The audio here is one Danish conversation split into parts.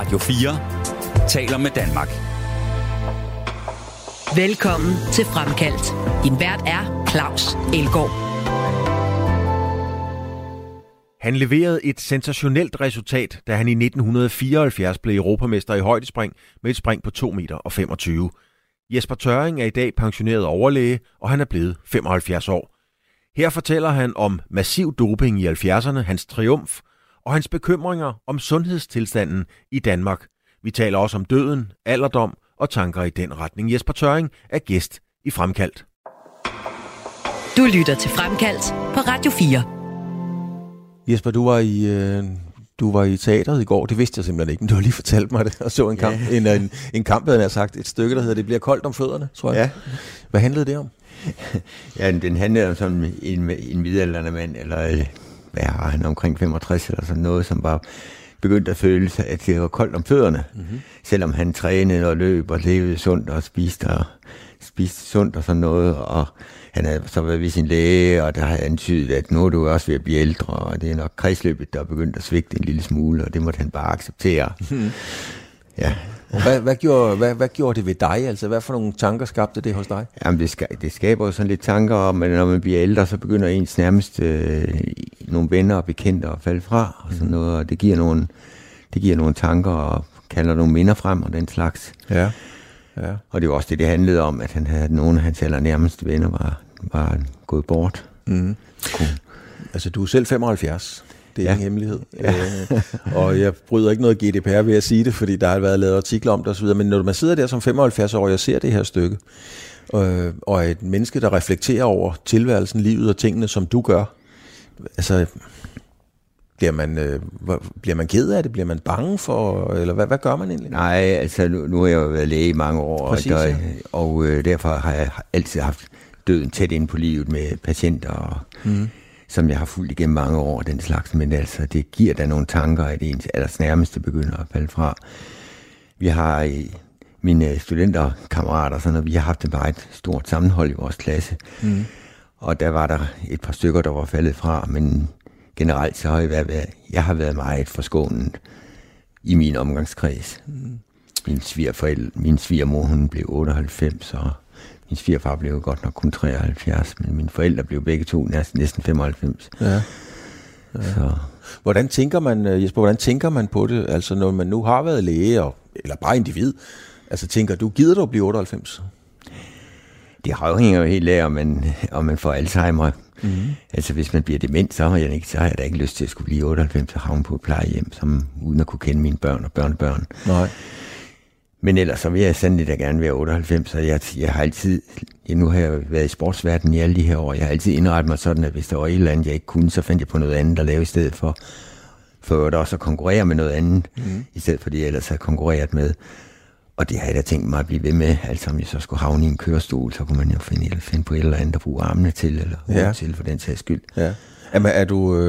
Radio 4 taler med Danmark. Velkommen til Fremkaldt. Din vært er Claus Elgaard. Han leverede et sensationelt resultat, da han i 1974 blev europamester i højdespring med et spring på 2,25 meter. Jesper Tørring er i dag pensioneret overlæge, og han er blevet 75 år. Her fortæller han om massiv doping i 70'erne, hans triumf og hans bekymringer om sundhedstilstanden i Danmark. Vi taler også om døden, alderdom og tanker i den retning. Jesper Tørring er gæst i Fremkaldt. Du lytter til Fremkaldt på Radio 4. Jesper, du var i teateret i går. Det vidste jeg simpelthen ikke, men du har lige fortalt mig det og så en kamp. Ja. En kamp, havde jeg sagt. Et stykke, der hedder Det bliver koldt om fødderne, tror jeg. Ja. Hvad handlede det om? Ja, den handlede om sådan en midaldrende mand, eller hvad har han, omkring 65 eller sådan noget, som bare begyndte at føle sig, at det var koldt om fødderne. Mm-hmm. Selvom han trænede og løb og levede sundt og spiste sundt og sådan noget, og han havde så været ved sin læge, og der havde antydet, at nu er du også ved at blive ældre, og det er nok kredsløbet, der er begyndt at svigte en lille smule, og det måtte han bare acceptere. Mm. Ja. Hvad gjorde det ved dig? Altså, hvad for nogle tanker skabte det hos dig? Jamen, det skaber jo sådan lidt tanker om, at når man bliver ældre, så begynder ens nærmest nogle venner og bekendte at falde fra, og sådan noget, og det giver nogle tanker, og kalder nogle minder frem, og den slags. Ja. Ja. Og det var også det handlede om, at han havde nogle af hans allernærmeste venner var gået bort. Mm. Cool. Altså, du er selv 75. Det er ingen hemmelighed. Ja. Og jeg bryder ikke noget GDPR ved at sige det, fordi der har været lavet artikler om det osv. Men når man sidder der som 75-årig og ser det her stykke, og et menneske, der reflekterer over tilværelsen, livet og tingene, som du gør, altså, bliver man ked af det? Bliver man bange for, eller hvad gør man egentlig? Nej, altså nu har jeg jo været læge i mange år, præcis, og derfor har jeg altid haft døden tæt inde på livet med patienter, som jeg har fulgt igennem mange år, den slags, men altså det giver da nogle tanker, at ens allernærmeste begynder at falde fra. Vi har mine studenterkammerater, sådan, og vi har haft et meget stort sammenhold i vores klasse, og der var der et par stykker, der var faldet fra, men generelt så har jeg været meget forskånet i min omgangskreds. Min svigermor, hun blev 98, og min svigerfar blev godt nok kun 73, men mine forældre blev begge to næsten 95. Ja. Så. Hvordan tænker man, Jesper, på det, altså når man nu har været læge, eller bare individ, altså tænker du, gider du at blive 98? Det afhænger jo helt af, om man får Alzheimer. Mm-hmm. Altså hvis man bliver dement, så har jeg da ikke lyst til at skulle blive 98 og havne på et plejehjem, uden at kunne kende mine børn og børnebørn. Nej. Men ellers så vil jeg sandelig da gerne være 98, og jeg har altid, nu har jeg været i sportsverdenen i alle de her år, jeg har altid indrettet mig sådan, at hvis der var et eller andet, jeg ikke kunne, så fandt jeg på noget andet at lave i stedet for at også konkurrere med noget andet, i stedet for det, jeg ellers havde konkurreret med. Og det har jeg da tænkt mig at blive ved med, altså om jeg så skulle havne i en kørestol, så kunne man jo finde på et eller andet at bruge armene til, eller hovedet til, for den sags skyld. Ja. Jamen, er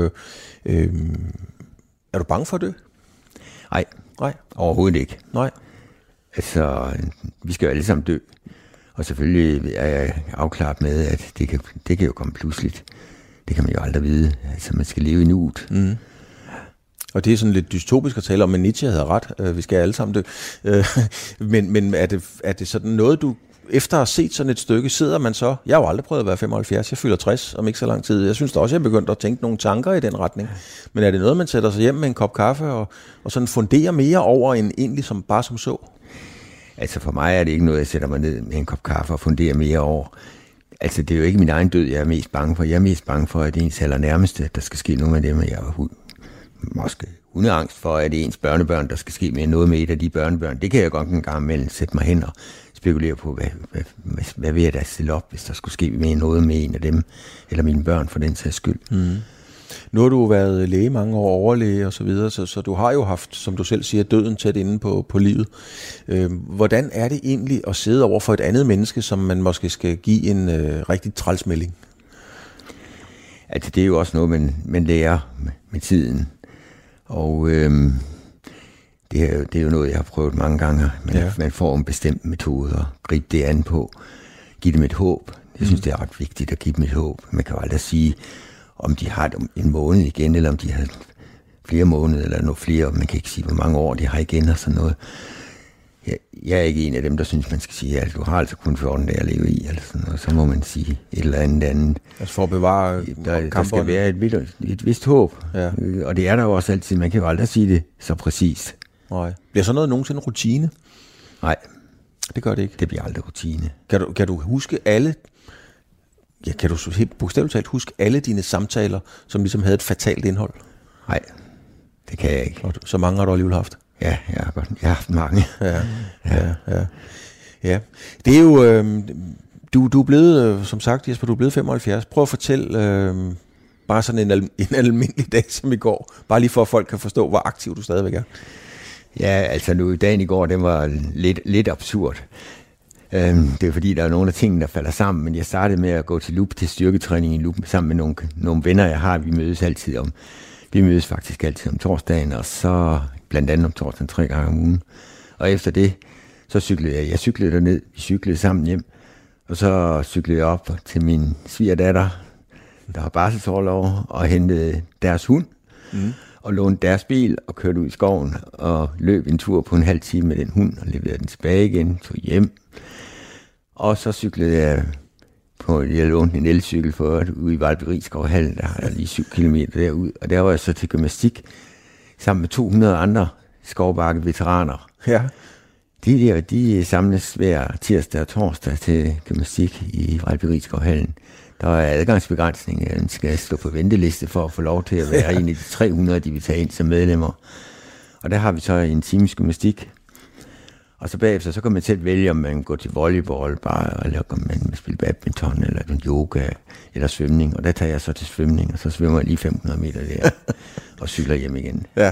du bange for at dø? Nej, overhovedet ikke. Nej. Altså, vi skal jo alle sammen dø. Og selvfølgelig er jeg afklaret med, at det kan jo komme pludseligt. Det kan man jo aldrig vide. Altså, man skal leve i nuet. Mm. Og det er sådan lidt dystopisk at tale om, men Nietzsche havde ret. Vi skal alle sammen dø. Men er det sådan noget, du efter at have set sådan et stykke, sidder man så... Jeg har jo aldrig prøvet at være 75, jeg fylder 60 om ikke så lang tid. Jeg synes da også, jeg er begyndt at tænke nogle tanker i den retning. Men er det noget, man sætter sig hjem med en kop kaffe og sådan funderer mere over, end egentlig bare som så? Altså for mig er det ikke noget, jeg sætter mig ned med en kop kaffe og funderer mere over. Altså det er jo ikke min egen død, jeg er mest bange for. Jeg er mest bange for, at det er ens allernærmeste, der skal ske noget med det, men jeg er måske hundeangst for, at det er ens børnebørn, der skal ske med noget med et af de børnebørn. Det kan jeg godt en gang imellem sætte mig hen og spekulere på, hvad vil jeg da stille op, hvis der skulle ske med noget med en af dem, eller mine børn for den sags skyld. Mm. Nu har du været læge mange år, overlæge og så videre, så du har jo haft, som du selv siger, døden tæt inde på livet. Hvordan er det egentlig at sidde over for et andet menneske, som man måske skal give en rigtig trælsmelding? Altså det er jo også noget, man lærer med tiden. Og det er jo noget, jeg har prøvet mange gange. Man får en bestemt metode at gribe det an på. Give dem et håb. Jeg synes, det er ret vigtigt at give dem et håb. Man kan jo aldrig sige, om de har en måned igen, eller om de har flere måneder, eller nogle flere, man kan ikke sige, hvor mange år de har igen, og sådan noget. Jeg er ikke en af dem, der synes, man skal sige, at du har altså kun 14 dage at leve i, eller sådan noget. Så må man sige et eller andet. Altså for at bevare der skal være et vist håb. Ja. Og det er der jo også altid. Man kan jo aldrig sige det så præcist. Nej. Bliver så noget nogensinde rutine? Nej. Det gør det ikke. Det bliver aldrig rutine. Kan du huske alle... Ja, kan du helt bogstaveligt talt huske alle dine samtaler, som ligesom havde et fatalt indhold? Nej, det kan jeg ikke. Og så mange har du alligevel haft? Ja, jeg har haft mange. Ja. Det er jo... Du er blevet, som sagt, Jesper, du er blevet 75. Prøv at fortælle bare sådan en almindelig dag som i går. Bare lige for, at folk kan forstå, hvor aktiv du stadigvæk er. Ja, altså nu dagen i går, den var lidt absurd. Det er fordi, der er nogle af tingene, der falder sammen, men jeg startede med at gå til Loop, til styrketræning i Loop, sammen med nogle venner, jeg har. Vi mødes faktisk altid om torsdagen, og så blandt andet om torsdagen 3 gange om ugen. Og efter det, så cyklede jeg. Jeg cyklede derned, vi cyklede sammen hjem, og så cyklede jeg op til min svigerdatter, der har barselsorlov, og hentede deres hund, og lånte deres bil, og kørte ud i skoven, og løb en tur på en halv time med den hund, og leverede den tilbage igen, tog hjem. Og så cyklede jeg jeg lånte en elcykel for ude i Vejlby-Riskovhallen, der har jeg lige 7 kilometer derud, og der var jeg så til gymnastik, sammen med 200 andre skovbakke-veteraner. Ja. De samles hver tirsdag og torsdag til gymnastik i Vejlby-Riskovhallen. Der er adgangsbegrænsning. Man skal stå på venteliste for at få lov til at være en af de 300, de vil tage ind som medlemmer. Og der har vi så en times gymnastik. Og så bagefter, så kan man selv vælge, om man går til volleyball, eller om man spiller badminton, eller yoga, eller svømning. Og der tager jeg så til svømning, og så svømmer jeg lige 500 meter der, og cykler hjem igen. Ja.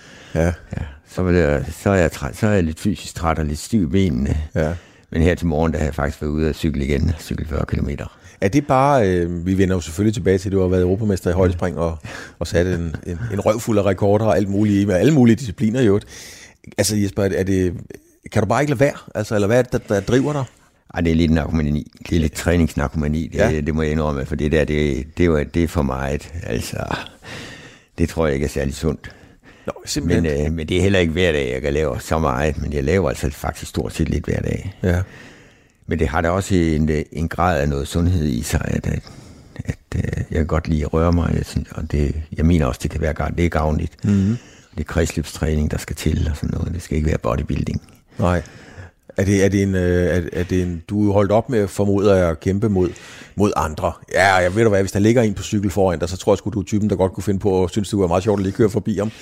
Så er jeg lidt fysisk træt og lidt stiv i benene. Ja. Men her til morgen, der har jeg faktisk været ude og cykle igen, cykle 40 kilometer. Er det bare, vi vender jo selvfølgelig tilbage til, at du har været europamester i højdespring og sat en røvfuld af rekorder og alt muligt, med alle mulige discipliner i øvrigt. Altså Jesper, kan du bare ikke lade være? Altså, eller hvad er det, der driver dig? Ej, det er lidt narkomani. Det er lidt træningsnarkomani. Det må jeg indrømme, for det er for meget. Altså, det tror jeg ikke er særlig sundt. Nå, men det er heller ikke hver dag, jeg kan lave så meget, men jeg laver altså faktisk stort set lidt hver dag. Ja. Men det har da også en grad af noget sundhed i sig, at jeg kan godt lide at røre mig, og jeg mener også, det kan være det er gavnligt. Mm-hmm. Det er kredsløbstræning, der skal til, og sådan noget. Det skal ikke være bodybuilding. Nej. Er det en du er holdt op med, formoder jeg, at kæmpe mod andre? Ja, jeg ved da hvad, hvis der ligger en på cykel foran dig, så tror jeg sgu, du er typen, der godt kunne finde på, og synes, det var meget sjovt at lige køre forbi ham.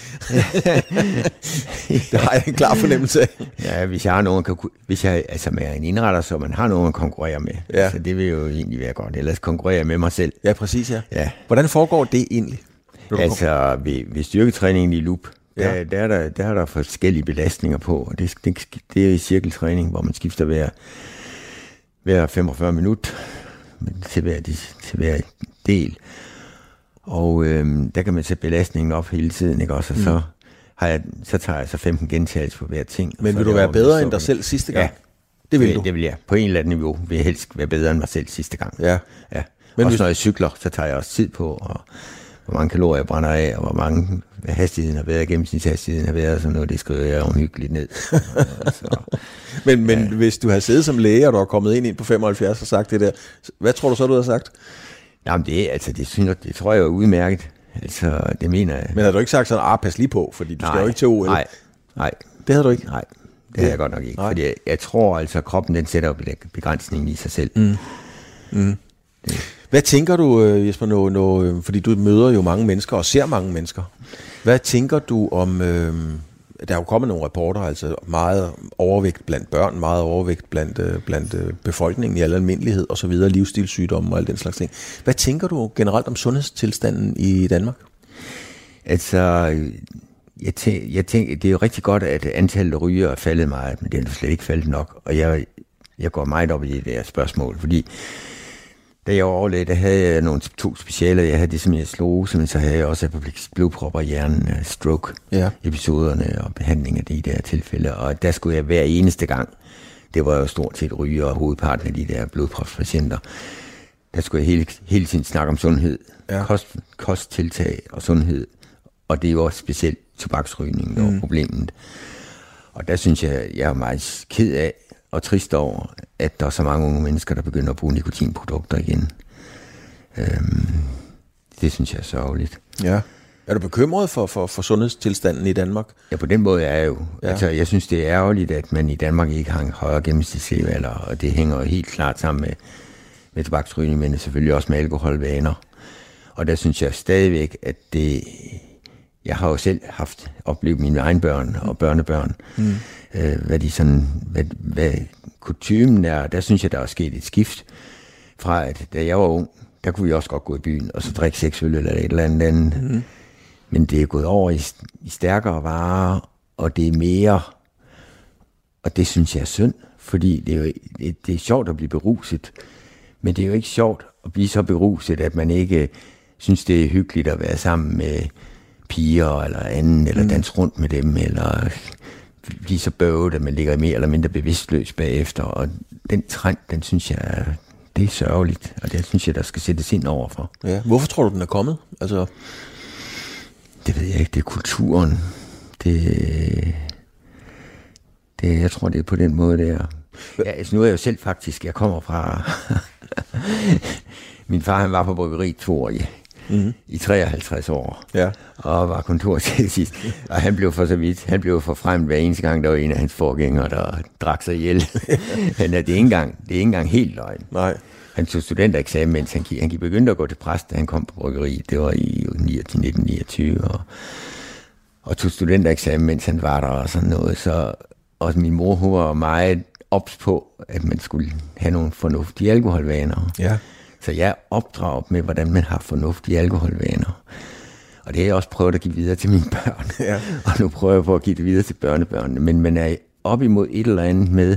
Det har jeg en klar fornemmelse af. Ja, hvis jeg er en indretter, så man har nogen at konkurrere med. Ja. Så det vil jo egentlig være godt. Ellers konkurrere med mig selv. Ja, præcis, ja. Hvordan foregår det egentlig? Altså, ved styrketræningen i Loop, der er der forskellige belastninger på, og det er i cirkeltræning, hvor man skifter hver 45 minutter til hver del. Og der kan man sætte belastningen op hele tiden, ikke også? Og så tager jeg så 15 gentagelser på hver ting. Men vil du være bedre end dig selv sidste gang? Ja, det vil du. Det vil jeg. På en eller anden niveau vil jeg helst være bedre end mig selv sidste gang. Ja. Men også når jeg cykler, så tager jeg også tid på, og hvor mange kalorier jeg brænder af, og hvor mange hastigheden har været, gennemsnitshastigheden har været, og sådan noget, det skriver jeg omhyggeligt ned. Men hvis du har siddet som læge, og du har kommet ind på 75 og sagt det der, hvad tror du så, du har sagt? Jamen det tror jeg er udmærket. Altså, det mener jeg. Men har du ikke sagt sådan, pas lige på, fordi du skal jo ikke til OL? Nej. Det havde du ikke? Nej, det havde jeg godt nok ikke. Nej. Fordi jeg tror altså, at kroppen den sætter jo begrænsningen i sig selv. Hvad tænker du, Jesper, fordi du møder jo mange mennesker og ser mange mennesker. Hvad tænker du om, der er jo kommet nogle rapporter, altså meget overvægt blandt børn, meget overvægt blandt befolkningen i al almindelighed og så videre, livsstilssygdomme og alt den slags ting. Hvad tænker du generelt om sundhedstilstanden i Danmark? Altså, jeg tænker, det er jo rigtig godt, at antallet af rygere er faldet meget, men det er slet ikke faldet nok, og jeg går meget op i det der spørgsmål, fordi da jeg var overlæge, der havde jeg 2 specialer. Jeg havde det som jeg slog, men så havde jeg også blodpropper i hjernen, stroke-episoderne og behandling af de der tilfælde. Og der skulle jeg hver eneste gang, det var jo stort set ryger og hovedparten af de der blodpropspatienter, der skulle jeg hele tiden snakke om sundhed, kosttiltag og sundhed. Og det er jo også specielt tobaksrygning, der var problemet. Og der synes jeg er meget ked af og trist over, at der er så mange unge mennesker, der begynder at bruge nikotinprodukter igen. Det synes jeg er sørgeligt. Ja. Er du bekymret for sundhedstilstanden i Danmark? Ja, på den måde er jeg jo. Ja. Altså, jeg synes, det er ærgerligt, at man i Danmark ikke har en højere gennemsnitslevealder, og det hænger jo helt klart sammen med tobaksrygning, men selvfølgelig også med alkoholvaner. Og der synes jeg stadigvæk, at det... Jeg har jo selv oplevet mine egne børn og børnebørn, hvad de sådan... Hvad kutymen er, der synes jeg, der er sket et skift fra, at da jeg var ung, der kunne vi også godt gå i byen, og så drikke 6 øl eller et eller andet. Men det er gået over i stærkere varer, og det er mere, og det synes jeg er synd, fordi det er sjovt at blive beruset, men det er jo ikke sjovt at blive så beruset, at man ikke synes, det er hyggeligt at være sammen med piger eller anden, eller danse rundt med dem, eller blive så bøvet, at man ligger mere eller mindre bevidstløs bagefter, og den trend, den synes jeg det er sørgeligt, og det synes jeg, der skal sættes ind overfor. Ja. Hvorfor tror du, den er kommet? Altså... Det ved jeg ikke, det er kulturen. Jeg tror, det er på den måde, det er. Ja, altså, nu er jeg jo selv faktisk, jeg kommer fra... Min far, han var på bryggeri 2 år i 53 år, og var kontor til sidst. Og han blev forfremmet hver eneste gang, der var en af hans forgængere, der drak sig ihjel. Men det er ikke engang helt løgn. Nej. Han tog studentereksamen, mens han begyndte at gå til præst, da han kom på bryggeriet. Det var i 1929, og tog studentereksamen, mens han var der og sådan noget. Så også min mor, hun var meget ops på, at man skulle have nogle fornuftige alkoholvaner. Ja. Så jeg opdrager med, hvordan man har fornuftige alkoholvaner. Og det har jeg også prøvet at give videre til mine børn. Ja. Og nu prøver jeg på at give det videre til børnebørnene. Men man er op imod et eller andet med,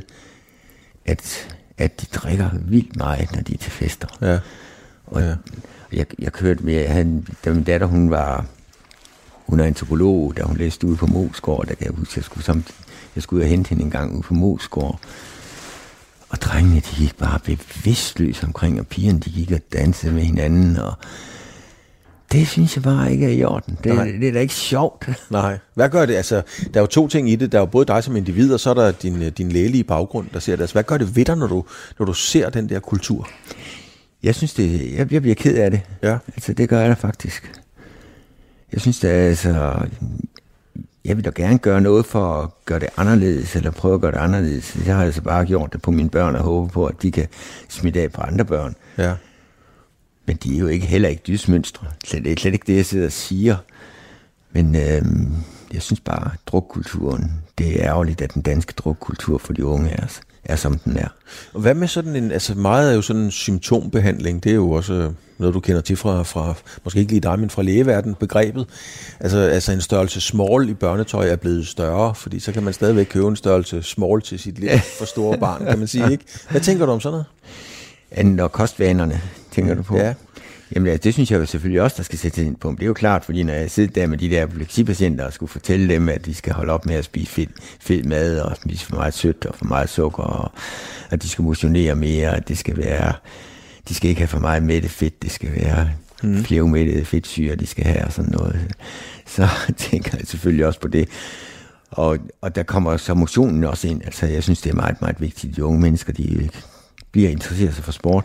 at de drikker vildt meget, når de er til fester. Ja. Og jeg kørte med, da min datter, hun er antropolog, da hun læste ude på Moesgaard, der kan jeg huske, jeg skulle ud og hente hende en gang ude på Moesgaard. Og drengene, de gik bare bevidstløs omkring, og pigerne, de gik og dansede med hinanden, og det synes jeg bare ikke er i orden. Det er da ikke sjovt. Nej. Hvad gør det? Altså, der er jo 2 ting i det. Der er jo både dig som individ, og så er der din lægelige baggrund, der ser det. Altså, hvad gør det ved dig, når du ser den der kultur? Jeg synes jeg bliver ked af det. Ja. Altså, det gør jeg da faktisk. Jeg synes da, altså... Jeg vil da gerne gøre noget for at gøre det anderledes, eller prøve at gøre det anderledes. Jeg har altså bare gjort det på mine børn, og håber på, at de kan smitte af på andre børn. Ja. Men de er jo heller ikke dydsmønstre. Det er slet ikke det, jeg sidder og siger. Men jeg synes bare, at drukkulturen, det er ærgerligt, at den danske drukkultur for de unge er som den er. Og hvad med sådan en, altså meget er jo sådan en symptombehandling, det er jo også noget, du kender til fra måske ikke lige dig, men fra lægeverden, begrebet. Altså en størrelse small i børnetøj er blevet større, fordi så kan man stadigvæk købe en størrelse small til sit lidt for store barn, kan man sige, ikke? Hvad tænker du om sådan noget? Andet og kostvanerne, tænker du på? Ja. Jamen det synes jeg jo selvfølgelig også, der skal sættes ind på. Det er jo klart, fordi når jeg sidder der med de der epilepsipatienter og skulle fortælle dem, at de skal holde op med at spise fed mad og spise for meget sødt og for meget sukker, og at de skal motionere mere, at det skal være, de skal ikke have for meget mættet fedt, det skal være flere umættede fedtsyre, de skal have og sådan noget. Så tænker jeg selvfølgelig også på det. Og der kommer så motionen også ind. Altså jeg synes, det er meget, meget vigtigt, at de unge mennesker, de bliver interesseret sig for sport.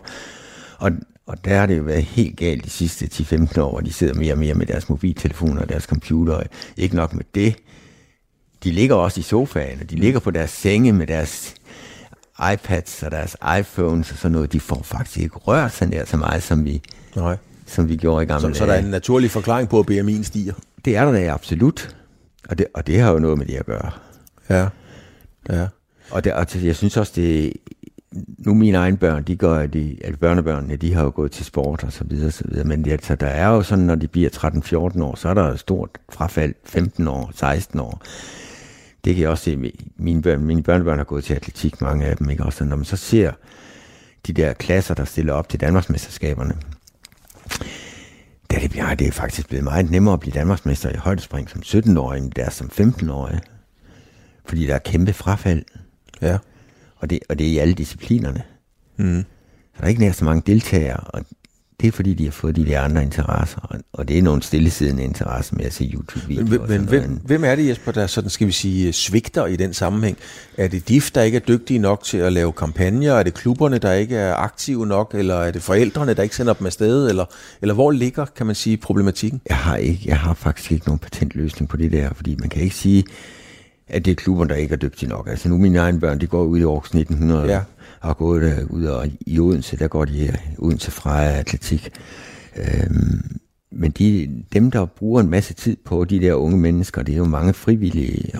Og der har det jo været helt galt de sidste 10-15 år, hvor de sidder mere og mere med deres mobiltelefoner og deres computer. Ikke nok med det. De ligger også i sofaen, og de ligger på deres senge med deres iPads og deres iPhones og sådan noget. De får faktisk ikke rørt sig nær så meget, som vi gjorde i gamle dage. Så der er en naturlig forklaring på, at BMI'en stiger? Det er der da absolut. Og det har jo noget med det at gøre. Ja. Og jeg synes også, det nu mine egne børn, børnebørnene, de har jo gået til sport og så videre, men altså, der er jo sådan, når de bliver 13-14 år, så er der et stort frafald, 15 år, 16 år. Det kan jeg også se, mine børnebørn har gået til atletik, mange af dem, ikke? Også når man så ser de der klasser, der stiller op til Danmarksmesterskaberne, det er faktisk blevet meget nemmere at blive Danmarksmester i højdespring som 17-årig, end det er som 15-årig. Fordi der er kæmpe frafald. Ja. Og det er i alle disciplinerne. Så der er ikke nær så mange deltagere, og det er fordi, de har fået de der andre interesser, og det er nogle stillesiddende interesser med at se YouTube-videoer. Men hvem er det, Jesper, der sådan, skal vi sige, svigter i den sammenhæng? Er det DIF, der ikke er dygtige nok til at lave kampagner? Er det klubberne, der ikke er aktive nok? Eller er det forældrene, der ikke sender dem afsted? Eller hvor ligger, kan man sige, problematikken? Jeg har faktisk ikke nogen patentløsning på det der, fordi man kan ikke sige, at det er klubberne, der ikke er dygtige nok. Altså nu mine egne børn, de går ud i Aarhus 1900, ja. Og har gået ud og i Odense, der går de Odense fra atletik. Men dem, der bruger en masse tid på de der unge mennesker, det er jo mange frivillige,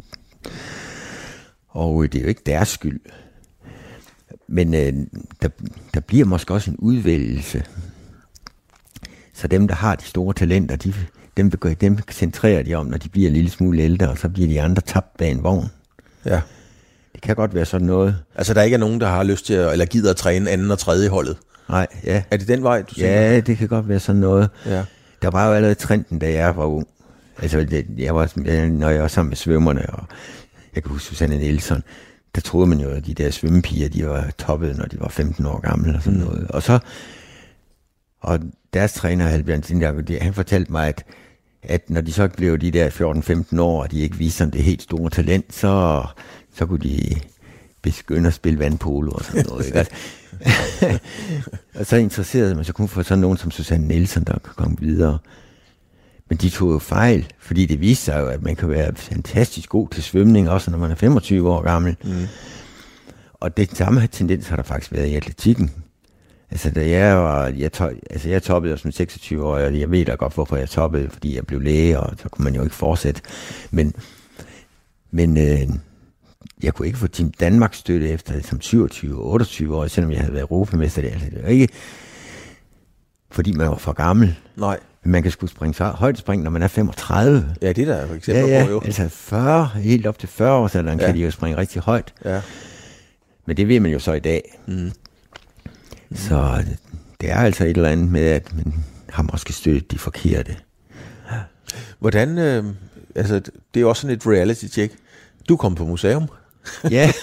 og det er jo ikke deres skyld. Men der bliver måske også en udvælgelse. Så dem, der har de store talenter, dem centrerer de om, når de bliver en lille smule ældre, og så bliver de andre tabt bag en vogn. Ja. Det kan godt være sådan noget. Altså, der ikke er nogen, der har lyst til eller gider at træne anden og tredje holdet? Nej, ja. Er det den vej, du tænker? Ja, det kan godt være sådan noget. Ja. Der var jo allerede trenden, da jeg var ung. Altså, når jeg var sammen med svømmerne, og jeg kan huske Susanne Nielsen, der troede man jo, at de der svømmepiger, de var toppet, når de var 15 år gamle og sådan noget. Og deres træner, Halbjørn Tindak, han fortalte mig, at når de så blev de der 14-15 år, og de ikke viste som det helt store talent, så kunne de begynde at spille vandpolo og sådan noget. Ikke? Og så interesserede man sig kun for sådan nogen som Susanne Nielsen, der kan komme videre. Men de tog jo fejl, fordi det viste sig jo, at man kan være fantastisk god til svømning, også når man er 25 år gammel. Mm. Og det samme tendens har der faktisk været i atletikken. Altså, da jeg toppede som 26 år, og jeg ved da godt, hvorfor jeg toppede, fordi jeg blev læge, og så kunne man jo ikke fortsætte. Men jeg kunne ikke få Team Danmark støtte efter som 27-28 år, selvom jeg havde været europamester. Det var ikke, fordi man var for gammel. Nej. Men man kan sgu springe højdespring, når man er 35. Ja, det er der for eksempel på jo. Altså 40, helt op til 40 år, så kan de jo springe rigtig højt. Ja. Men det ved man jo så i dag. Mm. Så det er altså et eller andet med, at man har måske støttet de forkerte. Hvordan, altså det er jo også sådan et reality-check. Du kom på museum. Ja.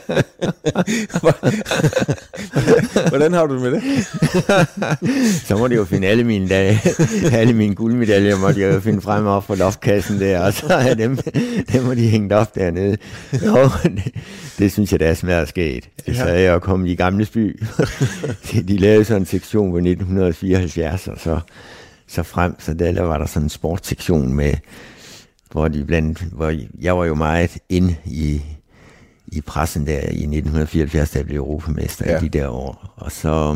Hvordan har du det med det? Så må de jo finde alle mine guldmedaljer, må de jo finde frem op fra loftkassen der, og så er dem må de hængt op dernede. Jo, det synes jeg, der er smadret sket. Altså, jeg kom i Gamles By. De lavede sådan en sektion ved 1974, og så frem, så der var der sådan en sportssektion med, hvor jeg var jo meget inde i pressen der i 1974, da jeg blev europamester i de der år. Og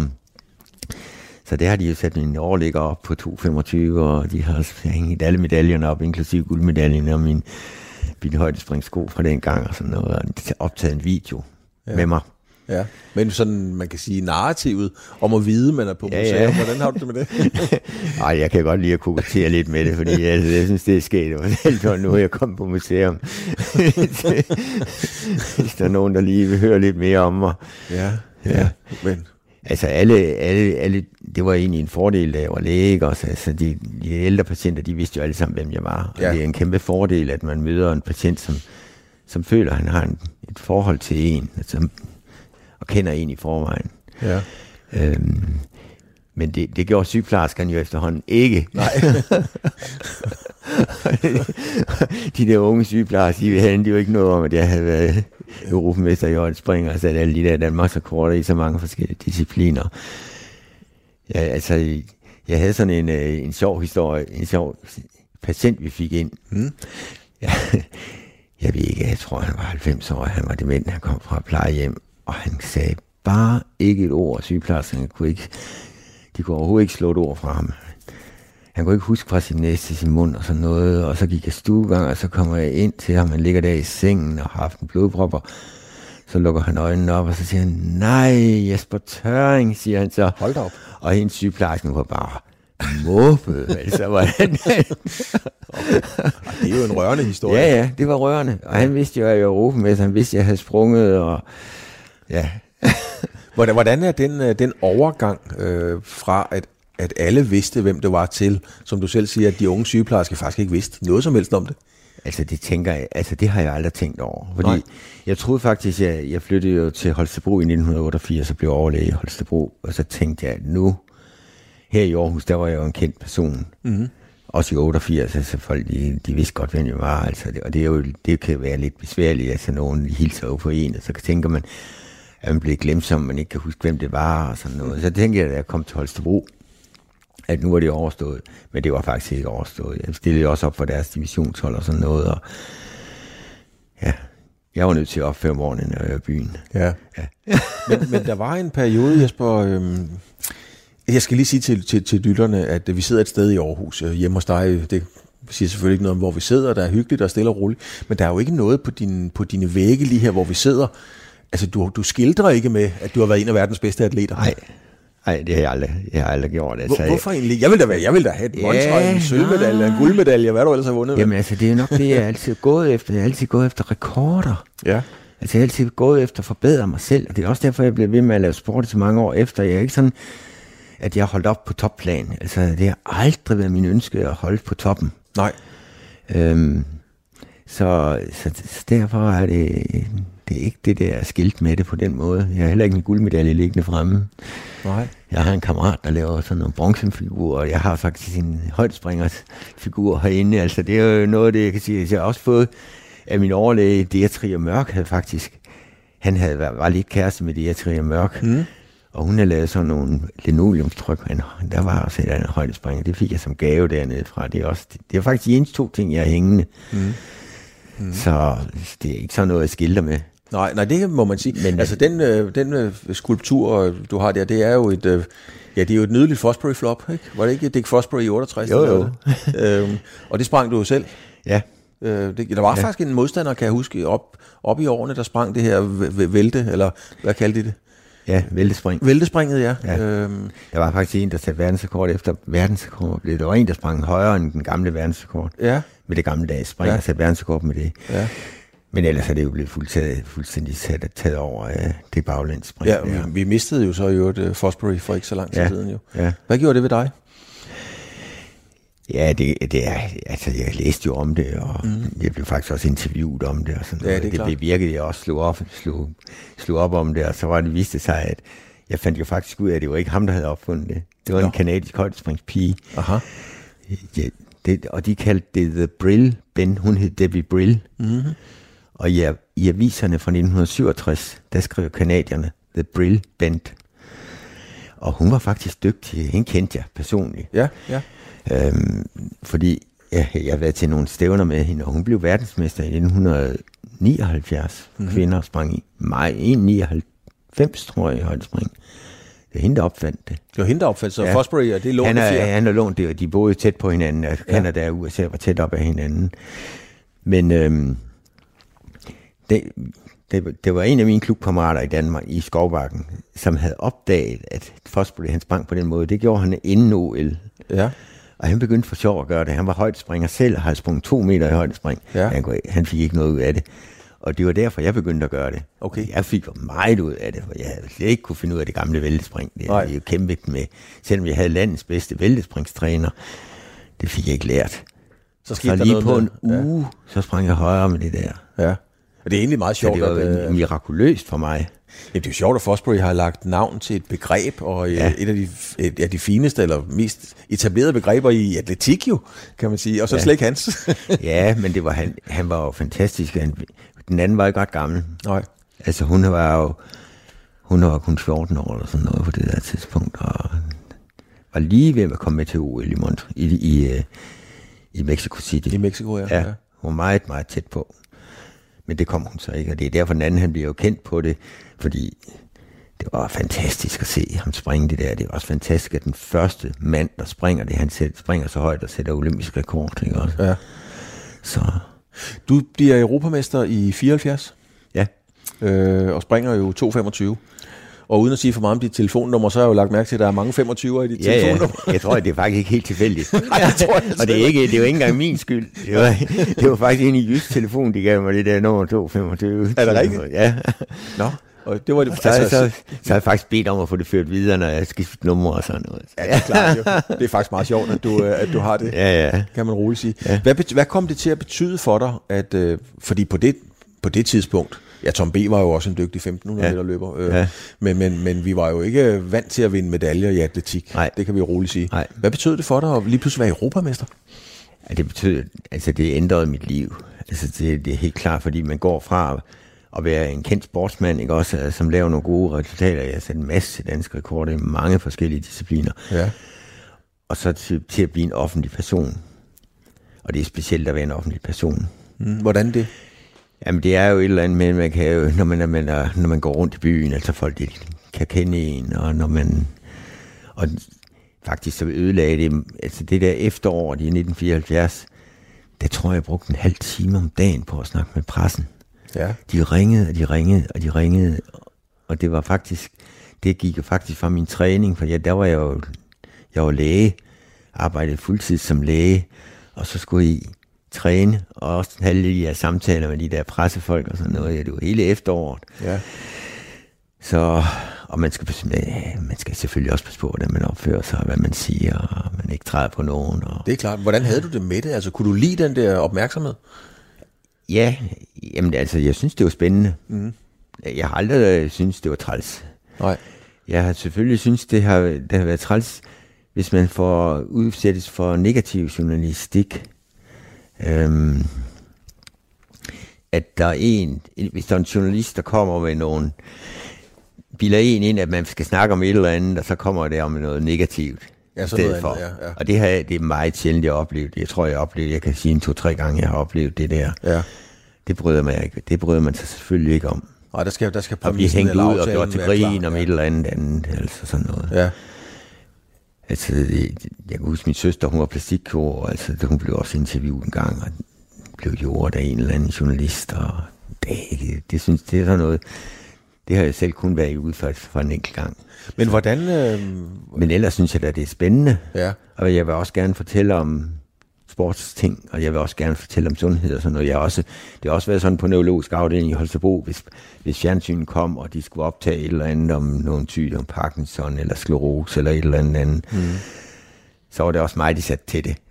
så der har de jo sat min overligger op på 2,25, og de har hængt alle medaljerne op, inklusive guldmedaljen og min højdespringsko fra den gang og sådan noget, og optaget en video med mig. Ja, men sådan, man kan sige, narrativet om at vide, man er på museum. Hvordan har du det med det? Ej, jeg kan godt lide at kokettere lidt med det, fordi jeg synes, det er sket. Og nu er jeg kommet på museum. Hvis der er nogen, der lige vil høre lidt mere om mig. Ja. Men. Altså alle, det var egentlig en fordel, da jeg var læge også. Altså de ældre patienter, de vidste jo alle sammen, hvem jeg var. Ja. Og det er en kæmpe fordel, at man møder en patient, som føler, at han har et forhold til en, og kender en i forvejen. Ja. Men det gjorde sygeplejerskerne jo efterhånden ikke. Nej. De der unge sygeplejersker, de havde jo ikke noget om, at jeg havde været europamester i højdespring, og sat alle de der Danmarksrekorder i så mange forskellige discipliner. Ja, altså, jeg havde sådan en sjov historie, en sjov patient, vi fik ind. Ja, jeg ved ikke, jeg tror, han var 90 år, han var dement, han kom fra plejehjem, og han sagde bare ikke et ord. Sygeplejerskerne de kunne overhovedet ikke slå et ord fra ham. Han kunne ikke huske fra sin næse til sin mund og sådan noget, og så gik jeg stuegang, og så kommer jeg ind til ham, han ligger der i sengen og har haft en blodpropper. Så lukker han øjnene op, og så siger han, nej, Jesper Tørring, siger han så. Hold da op. Og hendes sygeplejersken var bare måbet, altså hvordan. Det er jo en rørende historie. Ja, det var rørende. Og han vidste jo, at jeg var europamester, han vidste, at jeg havde sprunget, og ja. Hvordan er den overgang fra, at alle vidste, hvem det var, til, som du selv siger, at de unge sygeplejersker faktisk ikke vidste noget som helst om det? Altså det har jeg aldrig tænkt over. Fordi jeg troede faktisk, jeg flyttede jo til Holstebro i 1988, og blev overlæge i Holstebro, og så tænkte jeg, at her i Aarhus, der var jeg jo en kendt person. Mm-hmm. Også i 88, altså folk, de vidste godt, hvem jeg var. Altså, og det kan være lidt besværligt, altså nogen hilser jo på en, og så tænker man, at man bliver glemsom, man ikke kan huske, hvem det var, og sådan noget. Så tænkte jeg, da jeg kom til Holstebro, at nu var det overstået. Men det var faktisk ikke overstået. Jeg stillede også op for deres divisionshold og sådan noget, og ja, jeg var nødt til at opføre morgenen, når jeg var i byen. Ja. men der var en periode, Jesper, jeg skal lige sige til lytterne, at vi sidder et sted i Aarhus, hjemme hos dig. Det siger selvfølgelig ikke noget om, hvor vi sidder. Der er hyggeligt og stille og roligt. Men der er jo ikke noget på dine vægge lige her, hvor vi sidder. Altså, du skildrer ikke med, at du har været en af verdens bedste atleter. Nej, det har jeg aldrig gjort. Altså, hvorfor egentlig? Jeg vil da have et montrøj, en sølvmedalje, en guldmedalje, hvad du ellers har vundet. Jamen altså, det er nok det, jeg altid er gået efter. Jeg har altid gået efter rekorder. Ja. Altså, jeg har altid gået efter at forbedre mig selv. Og det er også derfor, jeg bliver ved med at lave sport så mange år efter. Jeg er ikke sådan, at jeg har holdt op på topplan. Altså, det har aldrig været min ønske at holde på toppen. Nej. Så derfor er det er ikke det der skilt med det på den måde. Jeg har heller ikke en guldmedalje liggende fremme. Nej. Jeg har en kammerat, der laver sådan nogle bronzefigurer, og jeg har faktisk en højdespringers figur herinde. Altså, det er jo noget af det, jeg kan sige. Jeg har også fået af min overlæge, Dea Trier Mørk, han var lidt kæreste med Dea Trier Mørk, og hun havde lavet sådan nogle linoleumstryk, men der var også en højdespringer. Det fik jeg som gave dernede fra. Det er faktisk de eneste 2 ting, jeg er hængende. Så det er ikke sådan noget, jeg skilter med. Nej, det må man sige. Men altså, den skulptur, du har der, det er jo det er jo et nydeligt Fosbury flop, ikke? Var det ikke Dick Fosbury i 68? Jo. Og det sprang du jo selv. Ja. Der var faktisk en modstander, kan jeg huske, op i årene, der sprang det her vælte, eller hvad kaldte de det? Ja, væltespring. Væltespringet, ja. Der var faktisk en, der satte verdensrekord efter verdensrekord. Der var en, der sprang højere end den gamle verdensrekord. Ja. Med det gamle dags spring, og satte verdensrekord med det. Ja. Men ellers er det jo blevet fuldstændig taget over af det baglandsspring. Ja, vi mistede jo så et Fosbury for ikke så lang tid siden jo. Ja. Hvad gjorde det ved dig? Ja, det er, altså jeg læste jo om det, og jeg blev faktisk også interviewet om det, og sådan noget. Det blev virkelig, jeg også slog op om det, og så var det viste sig, at jeg fandt jo faktisk ud af, at det var ikke ham, der havde opfundet det. Det var en kanadisk højdespringspige. Aha. Og de kaldte det The Brill Bend. Hun hed Debbie Brill. Mm-hmm. Og i aviserne fra 1967, der skrev kanadierne The Brill Bend. Og hun var faktisk dygtig. Hende kendte jeg personligt. Ja. Fordi jeg har været til nogle stævner med hende, og hun blev verdensmester i 1979. Kvinder sprang i maj 1,99, tror jeg, i højdespring. Det var hende, der opfandt det. Det var hende, der opfandt, så Fosbury, og det er lånt Han har lånt det, og de boede tæt på hinanden. Altså, Canada og USA var tæt op af hinanden. Men det var en af mine klubkammerater i Danmark, i Skovbakken, som havde opdaget, at Fosbury, han sprang på den måde. Det gjorde han inden OL. Ja. Og han begyndte for sjov at gøre det. Han var højdespringer selv, og havde sprunget 2 meter i højdespring. Ja. Han fik ikke noget ud af det. Og det var derfor, jeg begyndte at gøre det. Okay. Jeg fik meget ud af det, for jeg havde slet ikke kunne finde ud af det gamle væltespring. Det er jo kæmpet med. Selvom jeg havde landets bedste væltespringstræner, det fik jeg ikke lært. Så lige på en uge, så sprang jeg højere med det der. Ja. Og det er egentlig meget sjovt. Så det var mirakuløst for mig. Ja, det er jo sjovt, at Fosbury har lagt navn til et begreb, og et af de fineste eller mest etablerede begreber i atletik jo, kan man sige. Og så slet ikke hans. Ja, men det var han var jo fantastisk. Den anden var ikke ret gammel. Nej. Altså hun var kun 14 år eller sådan noget på det der tidspunkt, og var lige ved at komme med til OL i Mexico City. I Mexico, ja. Hun var meget, meget tæt på. Men det kom hun så ikke, og det er derfor den anden, han bliver jo kendt på det, fordi det var fantastisk at se ham springe det der. Det var også fantastisk, at den første mand, der springer det, han springer så højt og sætter olympisk rekord, ikke også? Ja. Så. Du bliver europamester i 74. Ja. Og springer jo 2,25. Og uden at sige for meget om dit telefonnummer, så har jeg jo lagt mærke til, at der er mange 25'ere i dit telefonnummer. Jeg tror, det er faktisk ikke helt tilfældigt. Nej, det tror jeg og det er jo ikke engang min skyld. Det var faktisk en i Jysk telefon, de gav mig det der nummer 225. Er det rigtigt? Ja. Nå. Og det var det, så har jeg faktisk bedt om at få det ført videre, når jeg skal skifte nummer og sådan noget. Ja, det er klart jo. Det er faktisk meget sjovt, at du har det. Ja. Kan man roligt sige. Ja. Hvad kom det til at betyde for dig, at fordi på det tidspunkt, Ja, Tom B. var jo også en dygtig 1500 meter løber. Men vi var jo ikke vant til at vinde medaljer i atletik. Nej. Det kan vi roligt sige. Nej. Hvad betød det for dig at lige pludselig være europamester? Ja, det betød, altså det ændrede mit liv. Altså det er helt klart, fordi man går fra at være en kendt sportsmand, ikke også, som laver nogle gode resultater. Jeg har sat en masse danske rekorder i mange forskellige discipliner. Ja. Og så til at blive en offentlig person. Og det er specielt at være en offentlig person. Hvordan det? Jamen det er jo et eller andet med, man kan jo, når man går rundt i byen, altså folk de kan kende en, og når man... Og faktisk så ødelagde det, altså det der efteråret i 1974, der tror jeg brugte en halv time om dagen på at snakke med pressen. Ja. De ringede, og det var faktisk, det gik jo faktisk fra min træning, for der var jeg var læge, arbejdede fuldtid som læge, og så skulle I træne, og også have de her samtaler med de der pressefolk og sådan noget, det var hele efteråret. Ja. Så, og man skal selvfølgelig også passe på, hvordan man opfører sig, hvad man siger, og man ikke træder på nogen. Og... Det er klart. Hvordan havde du det med det? Altså, kunne du lide den der opmærksomhed? Ja, jamen altså, jeg synes, det var spændende. Mm. Jeg har aldrig synes det var træls. Nej. Jeg har selvfølgelig synes, det har været træls, hvis man får udsættes for negativ journalistik. At der er hvis der er en journalist, der kommer med nogen, bilder en ind, at man skal snakke om et eller andet, og så kommer det om noget negativt. Ja, så noget andet, ja. Og det er meget sjældent, jeg har oplevet. Jeg tror, jeg kan sige 2-3 gange, jeg har oplevet det der. Ja. Det bryder man ikke. Det bryder man sig selvfølgelig ikke om. Nej, der skal og blive hængt ud og gjort til grin om et eller andet, altså sådan noget. Ja. Altså, jeg kan huske, min søster, hun var plastikkirurg, altså hun blev også interviewet en gang, og blev gjort af en eller anden journalist, og det synes det er sådan noget, det har jeg selv kun været ude for en enkelt gang. Men hvordan... Men ellers synes jeg, at det er spændende, ja. Og jeg vil også gerne fortælle om sportsting, og jeg vil også gerne fortælle om sundhed og sådan noget. Det har også været sådan på neurologisk afdeling i Holstebro, hvis fjernsynet kom, og de skulle optage et eller andet om nogen sygdom, Parkinson eller sklerose eller et eller andet, så var det også mig, de satte til det,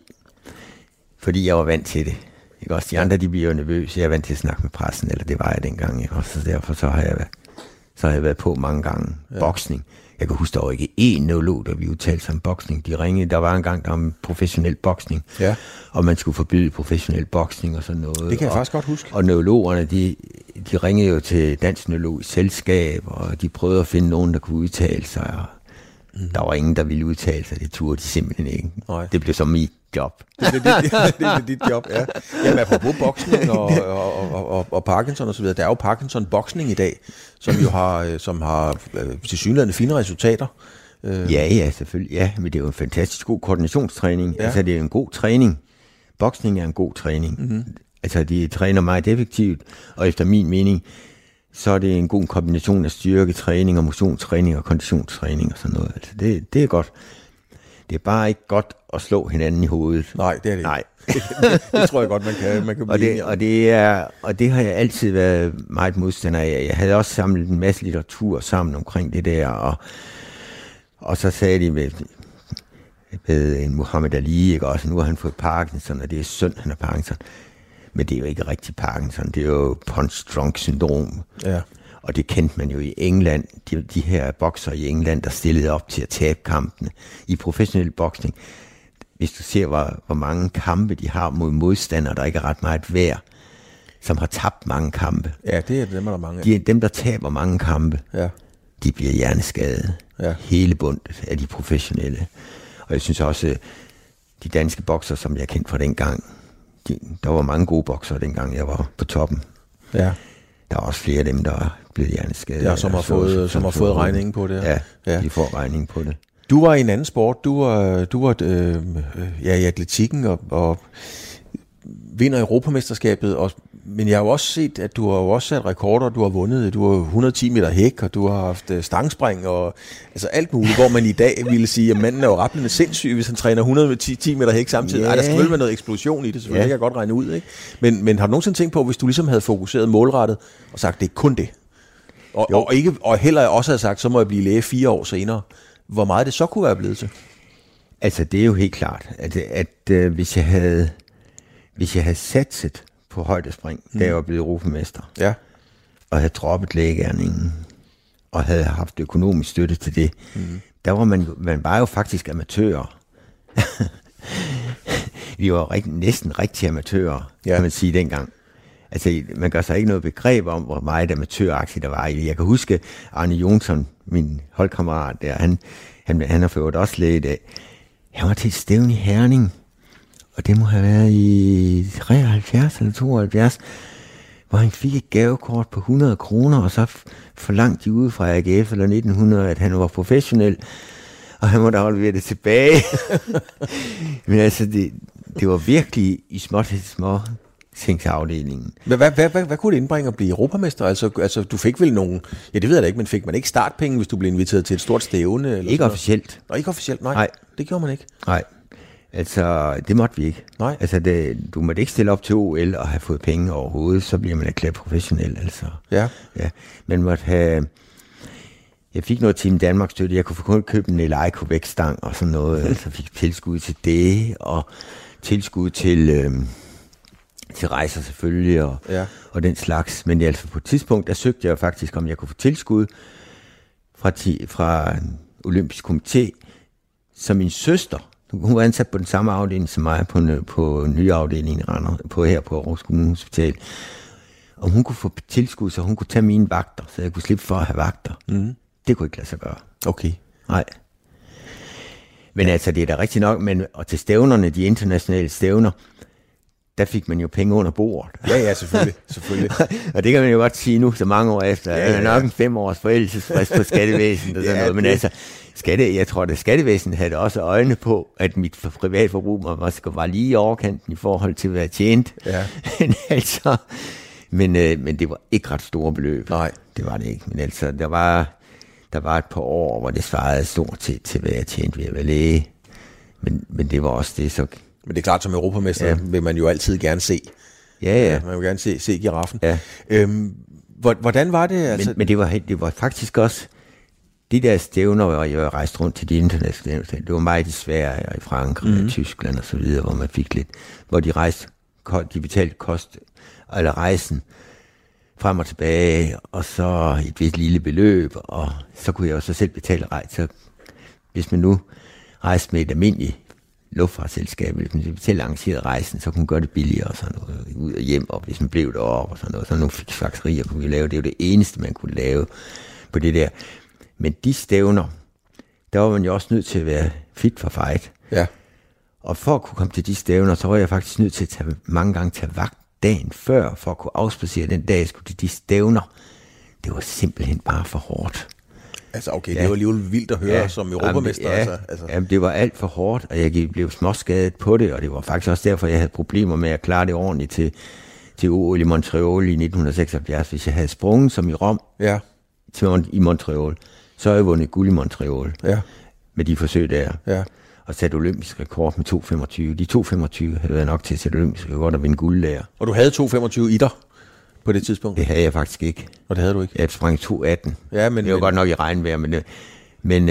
fordi jeg var vant til det. Ikke? Også de andre, de bliver jo nervøse. Jeg er vant til at snakke med pressen, eller det var jeg dengang. Ikke? Også, så derfor så har jeg været på mange gange. Ja. Boksning. Jeg kan huske, der var ikke én neurolog, der vi udtalte sig om boksning. De ringede, der var engang der om professionel boksning, og man skulle forbyde professionel boksning og sådan noget. Det kan jeg faktisk godt huske. Og neurologerne, de ringede jo til Dansk Neurologisk Selskab, og de prøvede at finde nogen, der kunne udtale sig, og der var ingen, der ville udtale sig. Det turde de simpelthen ikke. Nej. Det blev så mit job. Det er dit job, ja. Jamen, apropos boksning og Parkinson og så videre. Der er jo Parkinson-boksning i dag, som har tilsyneladende fine resultater. Ja, selvfølgelig. Ja, men det er jo en fantastisk god koordinationstræning. Ja. Altså, det er en god træning. Boksning er en god træning. Mm-hmm. Altså, de træner meget effektivt, og efter min mening, så er det en god kombination af styrketræning og motionstræning og konditionstræning og sådan noget. Altså, det er godt. Det er bare ikke godt at slå hinanden i hovedet. Nej, det er det ikke. Nej. det tror jeg godt, man kan blive og det har jeg altid været meget modstander af. Jeg havde også samlet en masse litteratur sammen omkring det der, og så sagde de med en Muhammad Ali, ikke? Også nu har han fået Parkinson, og det er synd, han har Parkinson. Men det er jo ikke rigtig Parkinson, det er jo punch-drunk-syndrom. Ja. Og det kendte man jo i England, de her bokser i England, der stillede op til at tabe kampene. I professionel boksning, hvis du ser, hvor mange kampe de har mod modstandere, der ikke er ret meget værd, som har tabt mange kampe. Ja, det er dem, der er mange. Dem, der taber mange kampe, de bliver hjerneskadet. Ja. Hele bundet af de professionelle. Og jeg synes også, de danske bokser, som jeg kendte fra dengang, der var mange gode bokser dengang, jeg var på toppen. Ja. Der er også flere af dem, der er blevet hjerneskadet. Ja, som har fået regningen på det. Ja, de får regningen på det. Du var i en anden sport. Du var i atletikken og vinder Europamesterskabet. Men jeg har jo også set, at du har jo også sat rekorder. Du har vundet. Du har 110 meter hæk, og du har haft stangspring og altså alt muligt, hvor man i dag ville sige, at manden er jo rablende sindssyg, hvis han træner 110 meter hæk samtidig. Yeah. Ej, der skal vel være noget eksplosion i det, selvfølgelig. Det kan jeg godt regne ud, ikke? Men har du nogensinde tænkt på, hvis du ligesom havde fokuseret målrettet og sagt, det er kun det, og heller også havde sagt, så må jeg blive læge 4 år senere, hvor meget det så kunne være blevet til? Altså, det er jo helt klart, at hvis jeg havde satset på højdespring, da jeg var blevet europamester, og havde droppet lægegærningen, og havde haft økonomisk støtte til det, der var man var jo faktisk amatører. Vi var næsten rigtig amatører, kan man sige dengang. Altså, man gør sig ikke noget begreb om, hvor meget amatøraktie der var i. Jeg kan huske, Arne Jonsson, min holdkammerat der, han har ført også læge i dag. Han var til et stævne i Herning, og det må have været i 73 eller 72, hvor han fik et gavekort på 100 kroner, og så forlangte de ude fra AGF eller 1900, at han var professionel, og han måtte aflevere det tilbage. Men altså, det var virkelig i små tingsafdelingen. Hvad kunne det indbringe at blive europamester? Altså, du fik vel nogen, ja, det ved jeg da ikke, men fik man ikke startpenge, hvis du blev inviteret til et stort stævne? Eller ikke officielt. Nå, ikke officielt, nej. Det gjorde man ikke. Nej, altså, det måtte vi ikke. Nej. Altså, du måtte ikke stille op til OL og have fået penge overhovedet, så bliver man erklæret professionel, altså. Ja. Man måtte have... Jeg fik noget Team Danmark støtte. Jeg kunne kun købe en Eleiko vægtstang og sådan noget. Altså fik tilskud til det, og tilskud til rejser selvfølgelig, og den slags. Men altså på et tidspunkt, der søgte jeg faktisk, om jeg kunne få tilskud fra Olympisk Komité, som min søster. Hun var ansat på den samme afdeling som mig, på nye afdelingen i Randers, her på Aarhus Kommune Hospital. Og hun kunne få tilskud, så hun kunne tage mine vagter, så jeg kunne slippe for at have vagter. Det kunne ikke lade sig gøre. Okay. Nej. Men altså, det er da rigtigt nok, og til stævnerne, de internationale stævner, der fik man jo penge under bordet. Ja, selvfølgelig. Og det kan man jo godt sige nu, så mange år efter. Ja. Der er nok en 5 års forældelsesfrist på skattevæsenet og sådan noget. Men altså, jeg tror, at skattevæsenet havde også øjne på, at mit privatforbrug var lige i overkanten i forhold til, hvad jeg tjente. Ja. Men det var ikke ret store beløb. Nej. Det var det ikke. Men altså, der var et par år, hvor det svarede stort til hvad jeg tjente ved at være læge. Men det var også det, så... Men det er klart, som europamester vil man jo altid gerne se. Ja. Man vil gerne se giraffen. Ja. Hvordan var det? Altså? Men det var faktisk også... De der stævner, hvor jeg rejste rundt til de internationale stævner, det var meget i Sverige og i Frankrig og Tyskland og så videre, hvor man fik lidt... Hvor de betalte kost eller rejsen frem og tilbage, og så et vist lille beløb, og så kunne jeg jo så selv betale rejse. Hvis man nu rejste med et almindeligt luftfartsselskab, hvis man betalte arrangeret rejsen, så kunne man gøre det billigere og sådan noget, ud og hjem, og hvis man blev deroppe og sådan noget, så nogle fiksfakserier kunne vi lave. Det er jo det eneste, man kunne lave på det der. Men de stævner, der var man jo også nødt til at være fit for fight. Ja. Og for at kunne komme til de stævner, så var jeg faktisk nødt til at mange gange tage vagt dagen før, for at kunne afspacere den dag, jeg skulle til de stævner. Det var simpelthen bare for hårdt. Altså okay, det var alligevel vildt at høre som europamester. Jamen, det var alt for hårdt, og jeg blev småskadet på det, og det var faktisk også derfor, jeg havde problemer med at klare det ordentligt til OL i Montreal i 1976. Hvis jeg havde sprunget som i Rom i Montreal, så havde jeg vundet guld i Montreal med de forsøg der. Ja. Og sat olympisk rekord med 2.25. De 2.25 havde været nok til at sætte olympisk rekord og vinde guld der. Og du havde 2.25 i dig på det tidspunkt? Det havde jeg faktisk ikke. Og det havde du ikke? Jeg sprang 2.18. Ja, men, det var godt nok i regnvejr, men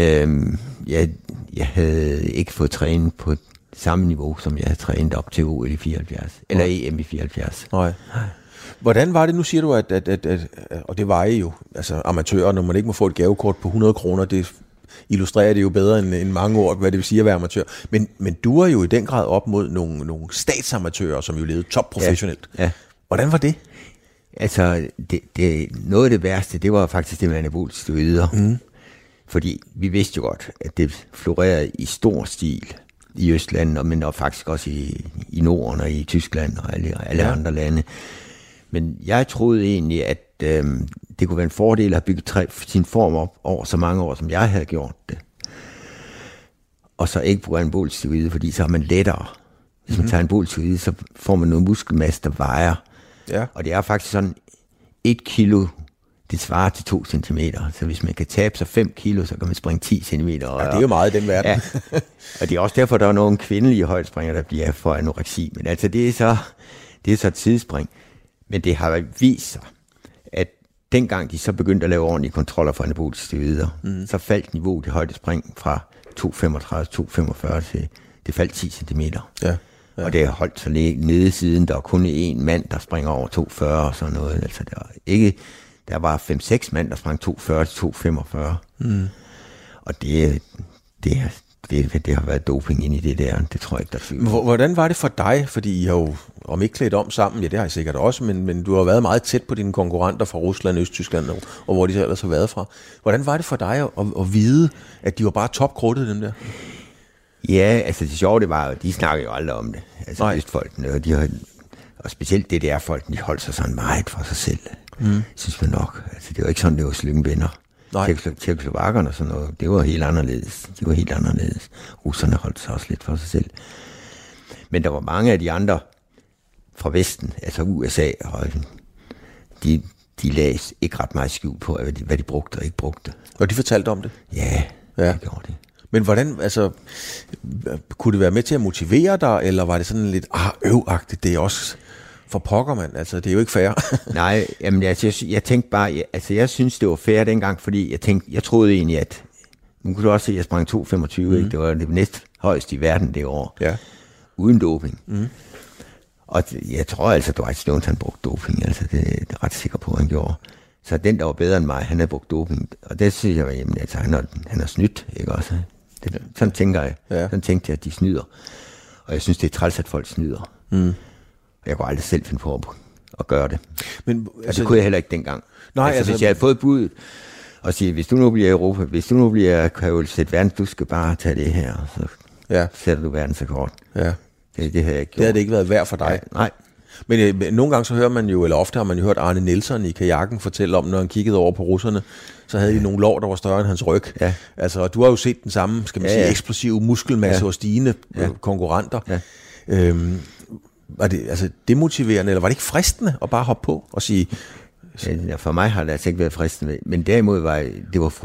jeg havde ikke fået trænet på samme niveau, som jeg havde trænet op til OL i 74. Eller EM i 74. Nej. Hvordan var det? Nu siger du, at og det var I jo, altså amatører, når man ikke må få et gavekort på 100 kroner, det illustrerer det jo bedre end mange ord, hvad det vil sige at være amatør. Men du er jo i den grad op mod nogle statsamatører, som jo levede topprofessionelt. Ja. Hvordan var det? Altså, noget af det værste, det var faktisk det med anaboliske steroider. Fordi vi vidste jo godt, at det florerede i stor stil i Østland, men faktisk også i Norden og i Tyskland og alle andre lande. Men jeg troede egentlig, at det kunne være en fordel at bygge sin form op over så mange år, som jeg havde gjort det. Og så ikke bruge anabolisk steroide, fordi så er man lettere. Hvis man tager anabolisk steroide, så får man noget muskelmasse, der vejer. Ja. Og det er faktisk sådan 1 kilo, det svarer til 2 centimeter. Så hvis man kan tabe sig 5 kilo, så kan man springe 10 centimeter. Ja, det er jo meget i den verden. Ja. Og det er også derfor, der er nogle kvindelige højdespringere, der bliver for anoreksi. Men altså, det er så et sidespring. Men det har vist sig, at dengang de så begyndte at lave ordentlige kontroller for anaboliske steroider, så faldt niveauet i højdespring fra 2,35-2,45 til det faldt 10 centimeter. Ja. Ja. Og det har holdt så nede siden, der er kun én mand, der springer over 2,40 og sådan noget. Altså, Der var 5-6 mand, der sprang 2.40-2.45. Og det har været doping ind i det der. Det tror jeg ikke, der føler. Hvordan var det for dig? Fordi I har jo, om ikke klædt om sammen, ja det har I sikkert også, men du har været meget tæt på dine konkurrenter fra Rusland, Østtyskland og hvor de så ellers har været fra. Hvordan var det for dig at vide, at de var bare topkrudtet, dem der? Ja, altså det sjove, det var jo, de snakker jo aldrig om det. Altså østfolkene, og specielt DDR-folkene, de holdt sig sådan meget for sig selv. Synes man nok. Altså det var ikke sådan, det var slynge venner. Tjekkoslovakkerne og sådan noget, det var helt anderledes. De var helt anderledes. Russerne holdt sig også lidt for sig selv. Men der var mange af de andre fra Vesten, altså USA, og de lagde ikke ret meget skjul på, hvad de brugte og ikke brugte. Og de fortalte om det? Ja. Det gjorde det. Men hvordan, altså, kunne det være med til at motivere dig, eller var det sådan lidt øvagtigt, det er også for pokker, mand, altså det er jo ikke fair. Nej, jamen jeg tænkte bare, altså jeg synes det var fair dengang, fordi jeg troede egentlig, at, nu kunne du også se, at jeg sprang 2.25, ikke? Det var det næst højeste i verden det år, uden doping. Og jeg tror altså, at Dwight Stones, han brugte doping, altså det er jeg ret sikker på, at han gjorde. Så den, der var bedre end mig, han havde brugt doping, og det synes jeg, jamen, altså, han har snydt, ikke også? Sådan tænker jeg. Sådan tænkte jeg, at de snyder. Og jeg synes, det er træls, at folk snyder. Jeg kunne aldrig selv finde på at gøre det. Men altså, det kunne jeg heller ikke dengang. Nej, altså hvis jeg havde fået budet og sige, hvis du nu bliver i Europa, hvis du nu bliver, kan jo sætte verden, du skal bare tage det her, og så sætter du verdensrekord. Ja. Det havde jeg gjort. Det havde det ikke været værd for dig. Ja, nej. Men nogle gange så hører man jo, eller ofte har man jo hørt Arne Nielsen i kajakken fortælle om, når han kiggede over på russerne, så havde de nogle lår, der var større end hans ryg. Ja. Altså, du har jo set den samme, skal man sige, eksplosive muskelmasse hos dine konkurrenter. Ja. Var det altså demotiverende, eller var det ikke fristende at bare hoppe på og sige... Ja, for mig har det altså ikke været fristende, men derimod var det var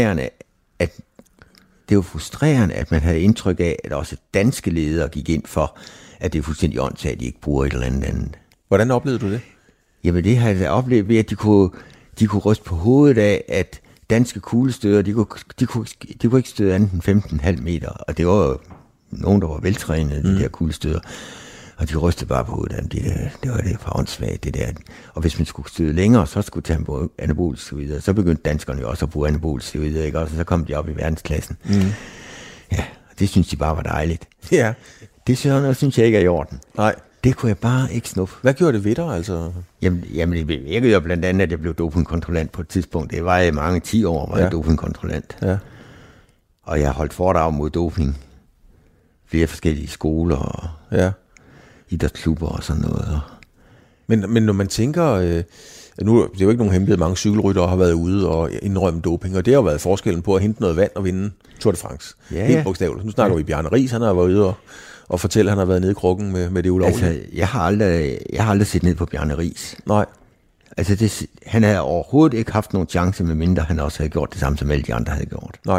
frustrerende, at man havde indtryk af, at også danske ledere gik ind for, at det er fuldstændig åndssvagt, at de ikke bruger et eller andet. Hvordan oplevede du det? Jamen det har jeg oplevet ved, at de kunne ryste på hovedet af, at danske kuglestøder, de kunne ikke støde andet end 15,5 meter, og det var jo nogen, der var veltrænede, de der kuglestøder. Og de rystede bare på hovedet, det var det for åndssvagt, det der. Og hvis man skulle støde længere, så skulle tage anabolisk steroider. Så begyndte danskerne jo også at bruge anabolisk steroider, ikke? Og så kom de op i verdensklassen. Ja, og det synes de bare var dejligt. Ja. Det synes jeg ikke er i orden. Nej. Det kunne jeg bare ikke snuppe. Hvad gjorde det ved dig, altså? Jamen det virkede jo blandt andet, at jeg blev dopingkontrollant på et tidspunkt. Det var i mange 10 år, var jeg dopingkontrollant. Ja. Og jeg holdt foredrag mod doping. Flere forskellige skoler og... idrætsklubber og sådan noget. Men når man tænker, nu det er jo ikke nogen hemmelighed, mange cykelryttere har været ude og indrømme doping, og det har jo været forskellen på at hente noget vand og vinde Tour de France. Ja. Helt bogstaveligt. Nu snakker vi Bjarne Riis, han har været ude og fortælle, at han har været nede i krukken med det ulovlige. Altså, jeg har aldrig set ned på Bjarne Riis. Nej. Altså, han har overhovedet ikke haft nogen chance, medmindre han også havde gjort det samme, som alle de andre havde gjort. Nej.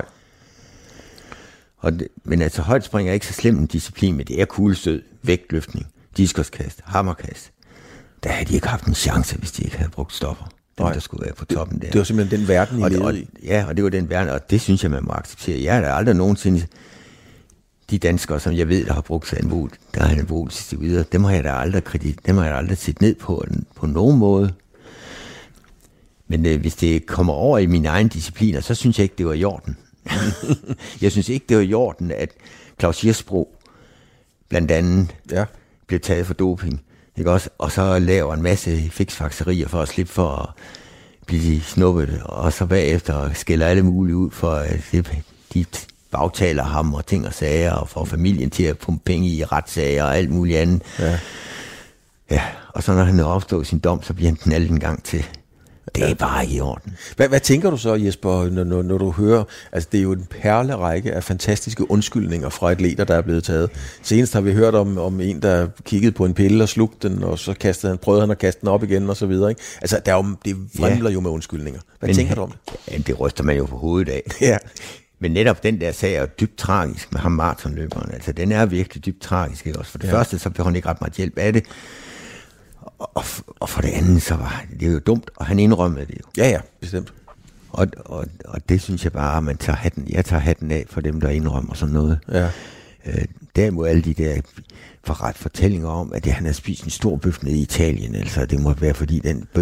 Men altså, højdespring er ikke så slem en disciplin, men det er kuglestød, vægtløftning, diskoskast, hammerkast. Der havde de ikke haft en chance, hvis de ikke havde brugt stoffer. Dem, der skulle være på toppen der. Det var simpelthen den verden, I levede i. Ja, og det var den verden, og det synes jeg, man må acceptere. Jeg har da aldrig nogensinde... De danskere, som jeg ved, der har brugt sig anabolisk steroider, dem har jeg da aldrig set ned på nogen måde. Men hvis det kommer over i mine egne discipliner, så synes jeg ikke, det var i orden. Jeg synes ikke, det var i orden, at Claus Hirsbro blandt andet blev taget for doping, ikke også? Og så laver en masse fiksfakserier for at slippe for at blive snuppet, og så bagefter skælder alle mulige ud for, at de bagtaler ham og ting og sager, og får familien til at pumpe penge i retssager og alt muligt andet. Ja, og så når han har opstået sin dom, så bliver han knaldet en gang til. Det er bare ikke i orden. Hvad tænker du så, Jesper, når du hører, altså det er jo en perlerække af fantastiske undskyldninger fra atleter, der er blevet taget. Senest har vi hørt om en, der kiggede på en pille og slugte den, og så prøvede han at kaste den op igen, og så videre. Ikke? Altså, det fremler jo med undskyldninger. Hvad tænker du om det? Ja, det ryster man jo på hovedet af. Ja. Men netop den der sag er dybt tragisk med ham maratonløberen. Altså, den er virkelig dybt tragisk. Ikke? Også for det første, så blev han ikke ret meget hjælp af det. Og for det andet, så var det jo dumt, og han indrømmede det jo. Ja, bestemt. Og det synes jeg bare, at jeg tager hatten af for dem, der indrømmer sådan noget. Ja. derimod alle de der fortællinger om, at han har spist en stor bøf nede i Italien, altså det må være, fordi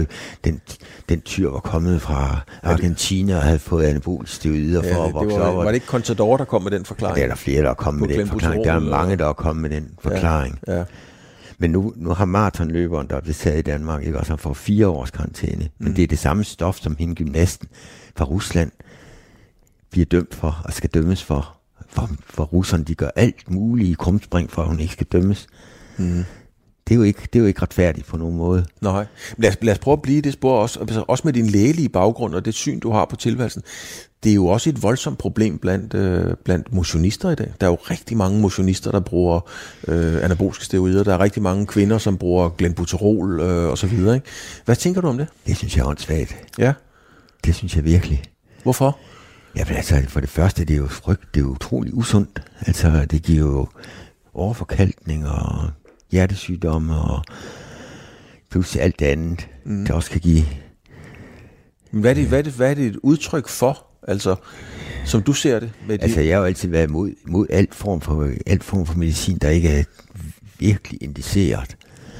den tyr var kommet fra Argentina og havde fået anaboliske steroider for at vokse op. Var det ikke Contador, der kom med den forklaring? Ja, der er flere, der er kommet med den forklaring. Der er mange, der er kommet med den forklaring. Ja. Men nu har maratonløberen, der er blevet taget i Danmark, ikke, også han får 4 års karantæne. Men det er det samme stof, som hende gymnasten fra Rusland bliver dømt for og skal dømmes for. For russerne, de gør alt muligt i krumspring, for at hun ikke skal dømmes. Det er jo ikke retfærdigt på nogen måde. Nej. Lad os prøve at blive i det spor også med din lægelige baggrund og det syn, du har på tilværelsen. Det er jo også et voldsomt problem blandt motionister i dag. Der er jo rigtig mange motionister, der bruger anaboliske steroider. Der er rigtig mange kvinder, som bruger glenbuterol og så videre. Ikke? Hvad tænker du om det? Det synes jeg er åndssvagt. Ja. Det synes jeg virkelig. Hvorfor? Ja, men altså, for det første, det er jo det er jo utroligt usundt. Altså, det giver jo overforkalkning og hjertesygdomme og pludselig alt det andet, det også kan give. Men hvad er det et udtryk for, altså, som du ser det? Altså, jeg har jo altid været mod alt form for medicin, der ikke er virkelig indiceret.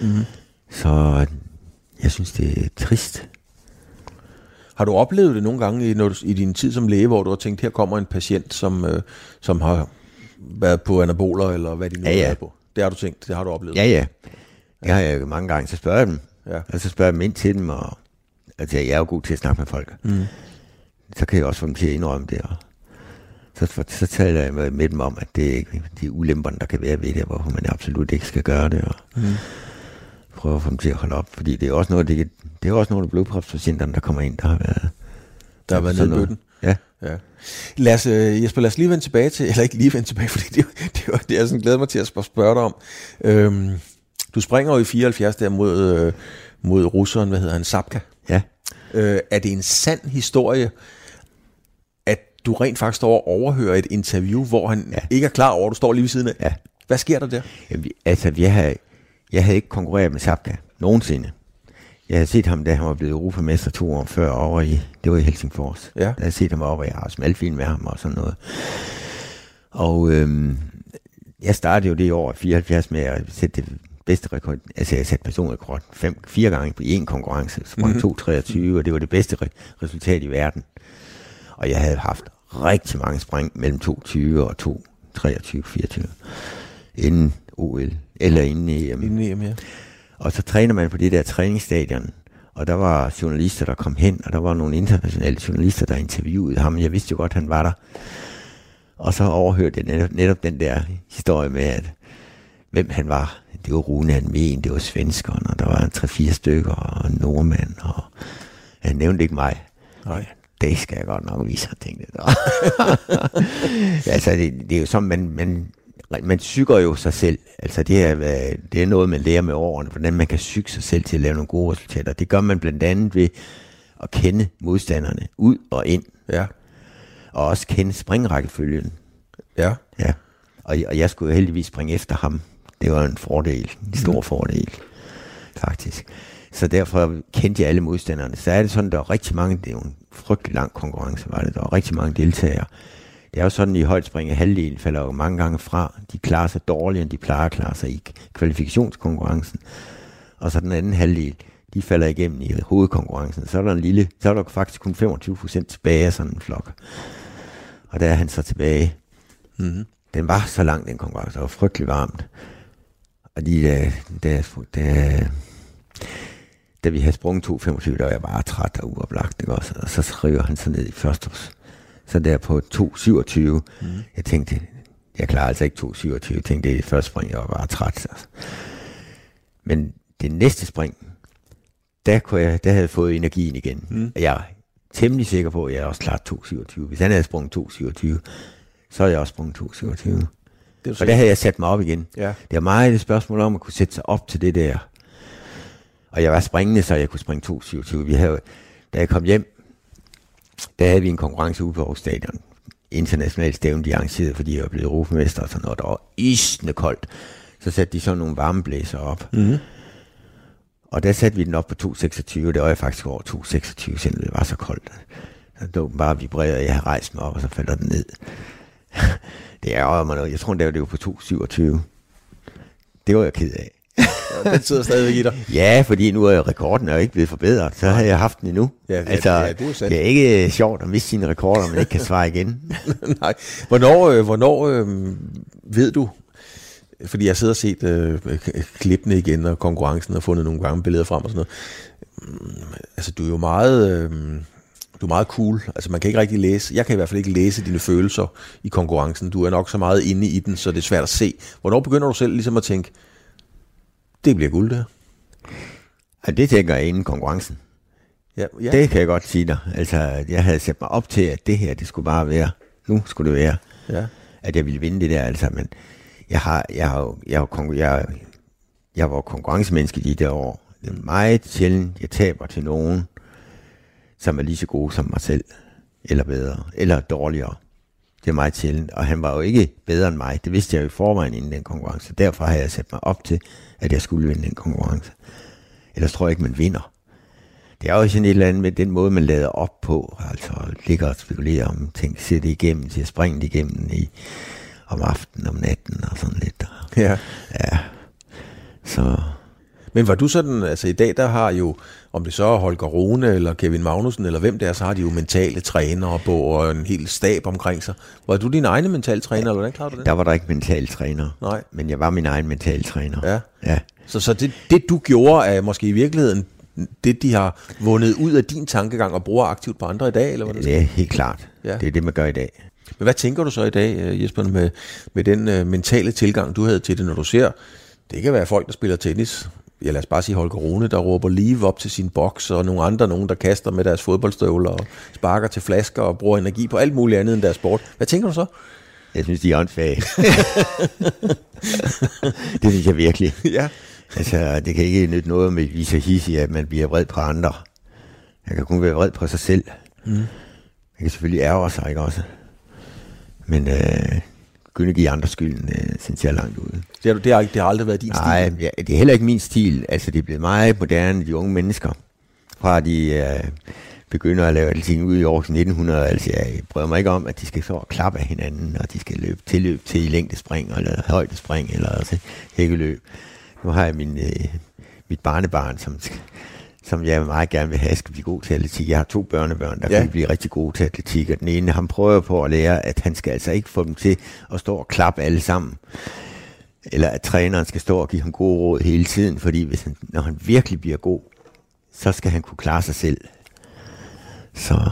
Så jeg synes, det er trist. Har du oplevet det nogle gange i din tid som læge, hvor du har tænkt, her kommer en patient, som har været på anaboler, eller hvad de nu har været på? Det har du tænkt, det har du oplevet? Ja. Jeg har jo mange gange, så spørger jeg dem. Ja. Og så spørger jeg dem ind til dem, og altså, jeg er jo god til at snakke med folk. Så kan jeg også få dem til at indrømme det. Og så taler jeg med dem om, at det er de ulemperne, der kan være ved det, hvorfor man absolut ikke skal gøre det. Og prøve at få dem til at holde op. Fordi det er også noget, det er også nogle af blodpropspatienterne, der kommer ind, der har været nede i bøtten. Ja. Jesper, lad os lige vende tilbage til, eller ikke lige vende tilbage, fordi det er sådan, glæder mig til at spørge dig om. Du springer jo i 74 der mod russeren, hvad hedder han, Sapka. Ja. Er det en sand historie, at du rent faktisk står og overhører et interview, hvor han ikke er klar over, at du står lige ved siden af? Ja. Hvad sker der der? Jamen, altså, jeg havde ikke konkurreret med Sapka nogensinde. Jeg havde set ham, da han var blevet europamester 2 år før, det var i Helsingfors. Ja. Jeg havde set ham over, jeg har smaltfilm med ham og sådan noget. Og jeg startede jo det år 74 med at sætte det bedste rekord. Altså jeg satte personrekord 4 gange i en konkurrence. Sprang 2.23, og det var det bedste resultat i verden. Og jeg havde haft rigtig mange spring mellem 2.20 og 2.23, 24 inden OL, eller inden EM. Inden EM, ja. Og så træner man på det der træningsstadion, og der var journalister, der kom hen, og der var nogle internationale journalister, der interviewede ham. Jeg vidste jo godt, han var der. Og så overhørte jeg netop den der historie med, at hvem han var. Det var Rune Almen, det var svenskeren, og der var 3-4 stykker, og en nordmand, og han nævnte ikke mig. Nej. Det skal jeg godt nok vise, tænkte jeg. Altså, det er jo sådan, man psyker jo sig selv. Altså, det er noget, man lærer med årene, hvordan man kan psyke sig selv til at lave nogle gode resultater. Det gør man blandt andet ved at kende modstanderne ud og ind. Ja. Og også kende springrækkefølgen. Ja. Ja. Og jeg skulle jo heldigvis springe efter ham. Det var en fordel. En stor fordel, faktisk. Så derfor kendte jeg alle modstanderne. Så er det sådan, der er rigtig mange, det er jo en frygtelig lang konkurrence, var det. Der er rigtig mange deltagere. Det er jo sådan, i højdespring halvdelen falder jo mange gange fra. De klarer sig dårligere, end de plejer at klare sig i kvalifikationskonkurrencen. Og så den anden halvdel, de falder igennem i hovedkonkurrencen. Så er der faktisk kun 25% tilbage af sådan en flok. Og der er han så tilbage. Den var så lang, den konkurrence. Det var frygtelig varmt. Og da vi havde sprunget 2.25, der var jeg bare træt og uoplagt. Og så skriver han så ned i første. Så der på 2.27, jeg tænkte, jeg klarer altså ikke 2.27. Jeg tænkte, det er det første spring, jeg var bare træt. Altså. Men det næste spring, der havde jeg fået energien igen. Og jeg er temmelig sikker på, at jeg også klart 2.27. Hvis han havde sprunget 2.27, så havde jeg også sprunget 2.27. Og der havde jeg sat mig op igen. Ja. Det er meget et spørgsmål om at kunne sætte sig op til det der. Og jeg var springende, så jeg kunne springe 2.27. Da jeg kom hjem, der havde vi en konkurrence ude på Aarhus Stadion. Internationalt stævne, de arrangerede, fordi jeg var blevet europamester og sådan noget. Der var isende koldt. Så satte de sådan nogle varmeblæser op. Og der satte vi den op på 2.26. Det var jeg faktisk over 2.26, selvom det var så koldt. Så det var bare vibreret, og jeg havde rejst mig op, og så falder den ned. Det er mig noget. Jeg tror, det var på 2,27. Det var jeg ked af. Den sidder stadigvæk i dig. Ja, fordi nu er rekorden jo ikke blevet forbedret. Så havde jeg haft den endnu. Ja, det er sandt. Det er ikke sjovt at miste sine rekorder, man ikke kan svare igen. Nej. Hvornår ved du, fordi jeg sidder og set klippene igen, og konkurrencen, og fundet nogle gange billeder frem og sådan noget. Altså, du er jo meget cool. Altså, man kan ikke rigtig læse. Jeg kan i hvert fald ikke læse dine følelser i konkurrencen. Du er nok så meget inde i den, så det er svært at se. Hvornår begynder du selv ligesom at tænke, det bliver guld, det her? Ja, det tænker jeg inden konkurrencen. Ja. Det kan jeg godt sige dig. Altså, jeg havde sat mig op til, at det her, det skulle bare være. Nu skulle det være. Ja. At jeg ville vinde det der, altså. Men jeg var konkurrencemenneske i det år. Det er meget sjældent, jeg taber til nogen, som er lige så gode som mig selv. Eller bedre. Eller dårligere. Det er meget sjældent. Og han var jo ikke bedre end mig. Det vidste jeg jo i forvejen inden den konkurrence. Derfor har jeg sat mig op til, at jeg skulle vinde den konkurrence. Ellers tror jeg ikke, man vinder. Det er jo sådan et eller andet med den måde, man lader op på. Altså ligger og spekulerer om ting, ser det igennem, til at springe det igennem om aftenen, om natten og sådan lidt. Ja. Ja. Så... Men var du sådan, altså i dag, der har jo, om det så er Holger Rune eller Kevin Magnussen, eller hvem det er, så har de jo mentale trænere på, og en hel stab omkring sig. Var du din egen mentale træner, eller hvordan klarede du det? Der var der ikke mentale træner. Nej. Men jeg var min egen mentale træner. Ja. Så det du gjorde, er måske i virkeligheden det, de har vundet ud af din tankegang og bruger aktivt på andre i dag, eller hvad det er? Ja, helt klart. Ja. Det er det, man gør i dag. Men hvad tænker du så i dag, Jesper, med den mentale tilgang, du havde til det, når du ser, det kan være folk, der spiller tennis, ja, lad os bare sige Holger Rune, der råber leave op til sin boks, og nogen, der kaster med deres fodboldstøvler og sparker til flasker og bruger energi på alt muligt andet end deres sport. Hvad tænker du så? Jeg synes, de er åndssvage. Det synes jeg virkelig. Ja. Altså, det kan ikke nytte noget med vise hissig, at man bliver vred på andre. Jeg kan kun være vred på sig selv. Jeg kan selvfølgelig ærge sig, ikke også? Men begynde at give andre skylden, synes jeg er langt ude. Det har aldrig været din stil? Nej, det er heller ikke min stil. Altså, det er blevet meget moderne, de unge mennesker. Fra de begynder at lave ting ud i år 1900. Altså, jeg prøver mig ikke om, at de skal så klappe af hinanden, og de skal løbe til længdespring, eller højdespring, eller hækkeløb. Nu har jeg mit barnebarn, som jeg meget gerne vil have, skal blive god til atletik. Jeg har 2 børnebørn, der kan blive rigtig gode til atletik, og den ene, han prøver på at lære, at han skal altså ikke få dem til at stå og klappe alle sammen, eller at træneren skal stå og give ham gode råd hele tiden, fordi når han virkelig bliver god, så skal han kunne klare sig selv. Så...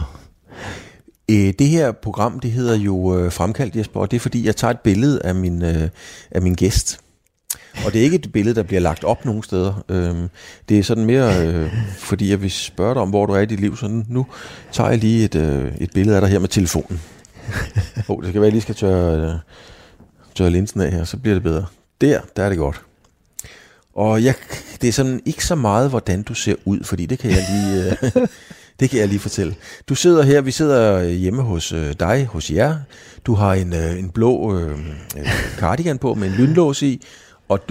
Det her program, det hedder jo Fremkaldt, Jesper, og det er fordi, jeg tager et billede af min gæst. Og det er ikke et billede, der bliver lagt op nogen steder. Det er sådan mere, fordi jeg vil spørge dig om, hvor du er i dit liv. Så nu tager jeg lige et billede af dig her med telefonen. Det kan være, at jeg lige skal tørre linsen af her, så bliver det bedre. Der er det godt. Og det er sådan ikke så meget, hvordan du ser ud, fordi det kan jeg lige... Det kan jeg lige fortælle. Du sidder her, vi sidder hjemme hos dig, hos jer. Du har en blå cardigan på med en lynlås i, og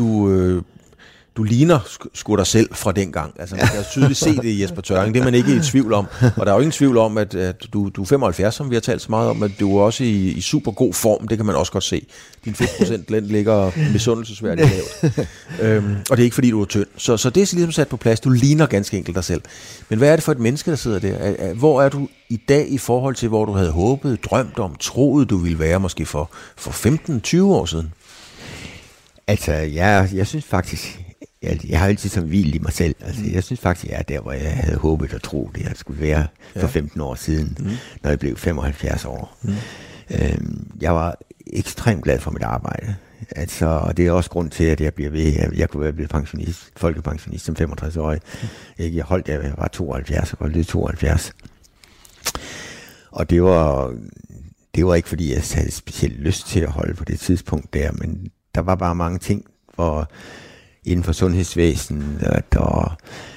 du ligner sgu dig selv fra dengang. Altså man kan tydeligt se det i Jesper Tørring, det er man ikke i tvivl om. Og der er jo ingen tvivl om, at du er 75, som vi har talt så meget om, at du er også i super god form, det kan man også godt se. Din fedtprocent ligger misundelsesværdigt lavt. Og det er ikke fordi, du er tynd. Så det er ligesom sat på plads, du ligner ganske enkelt dig selv. Men hvad er det for et menneske, der sidder der? Hvor er du i dag i forhold til, hvor du havde håbet, drømt om, troet, du ville være måske for 15-20 år siden? Altså, jeg synes faktisk... Jeg har altid som hvilet i mig selv. Altså, jeg synes faktisk, jeg er der, hvor jeg havde håbet og troet, det jeg skulle være for 15 år siden, når jeg blev 75 år. Jeg var ekstremt glad for mit arbejde. Altså, og det er også grund til, at jeg bliver ved. Jeg kunne være blevet folkepensionist som 65-årig. Jeg holdt, jeg var 72, og var lidt 72. Og det var ikke, fordi jeg havde specielt lyst til at holde på det tidspunkt der, men der var bare mange ting, hvor inden for sundhedsvæsenet, og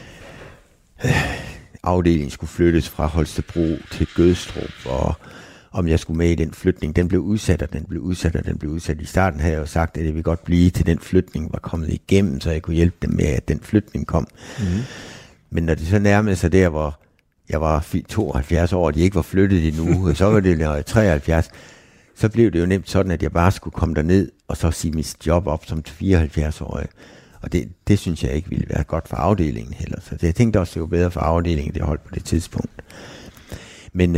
afdelingen skulle flyttes fra Holstebro til Gødstrup, og om jeg skulle med i den flytning. Den blev udsat, og den blev udsat, og den blev udsat. I starten havde jeg jo sagt, at jeg ville godt blive til den flytning var kommet igennem, så jeg kunne hjælpe dem med, at den flytning kom. Men når det så nærmede sig der, hvor jeg var 72 år, og de ikke var flyttet endnu, så var det 73, så blev det jo nemt sådan, at jeg bare skulle komme derned og så sige mit job op som 74-årig. Og det synes jeg ikke ville være godt for afdelingen heller. Så jeg tænkte også, det var bedre for afdelingen, det holdt på det tidspunkt. Men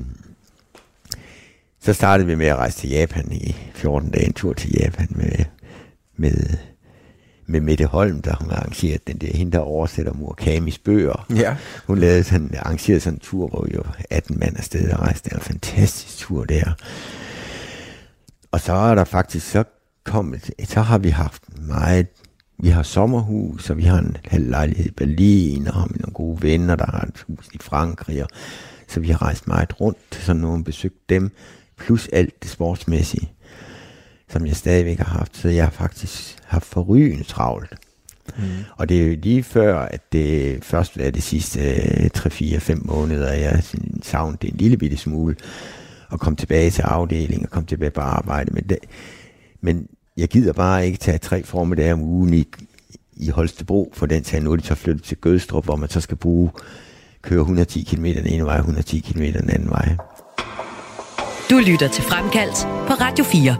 så startede vi med at rejse til Japan i 14 dage, en tur til Japan med Mette Holm, der hun arrangerede den der, hende der oversætter Murakamis bøger. Ja. Hun arrangerede sådan en tur, hvor vi var 18 mand afsted og rejste. Det var en fantastisk tur der. Og så er der faktisk, så har vi haft meget, vi har sommerhus, og vi har en halv lejlighed i Berlin, og har nogle gode venner, der har et hus i Frankrig, og så vi har rejst meget rundt, sådan nogen besøgt dem, plus alt det sportsmæssige, som jeg stadigvæk har haft, så jeg har faktisk haft forrygende travlt. Og det er jo lige før, at det først er det sidste 3-4-5 måneder, jeg savnede det en lille bitte smule, og kom tilbage til afdelingen, og kom tilbage på arbejde. Men jeg gider bare ikke tage 3 formiddager om ugen i Holstebro, for den tager nu, de så flyttet til Gødstrup, hvor man så skal køre 110 km den ene vej, 110 km den anden vej. Du lytter til Fremkaldt på Radio 4.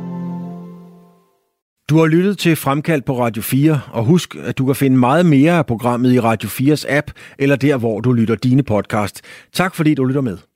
Du har lyttet til Fremkaldt på Radio 4, og husk, at du kan finde meget mere af programmet i Radio 4's app, eller der, hvor du lytter dine podcast. Tak fordi du lytter med.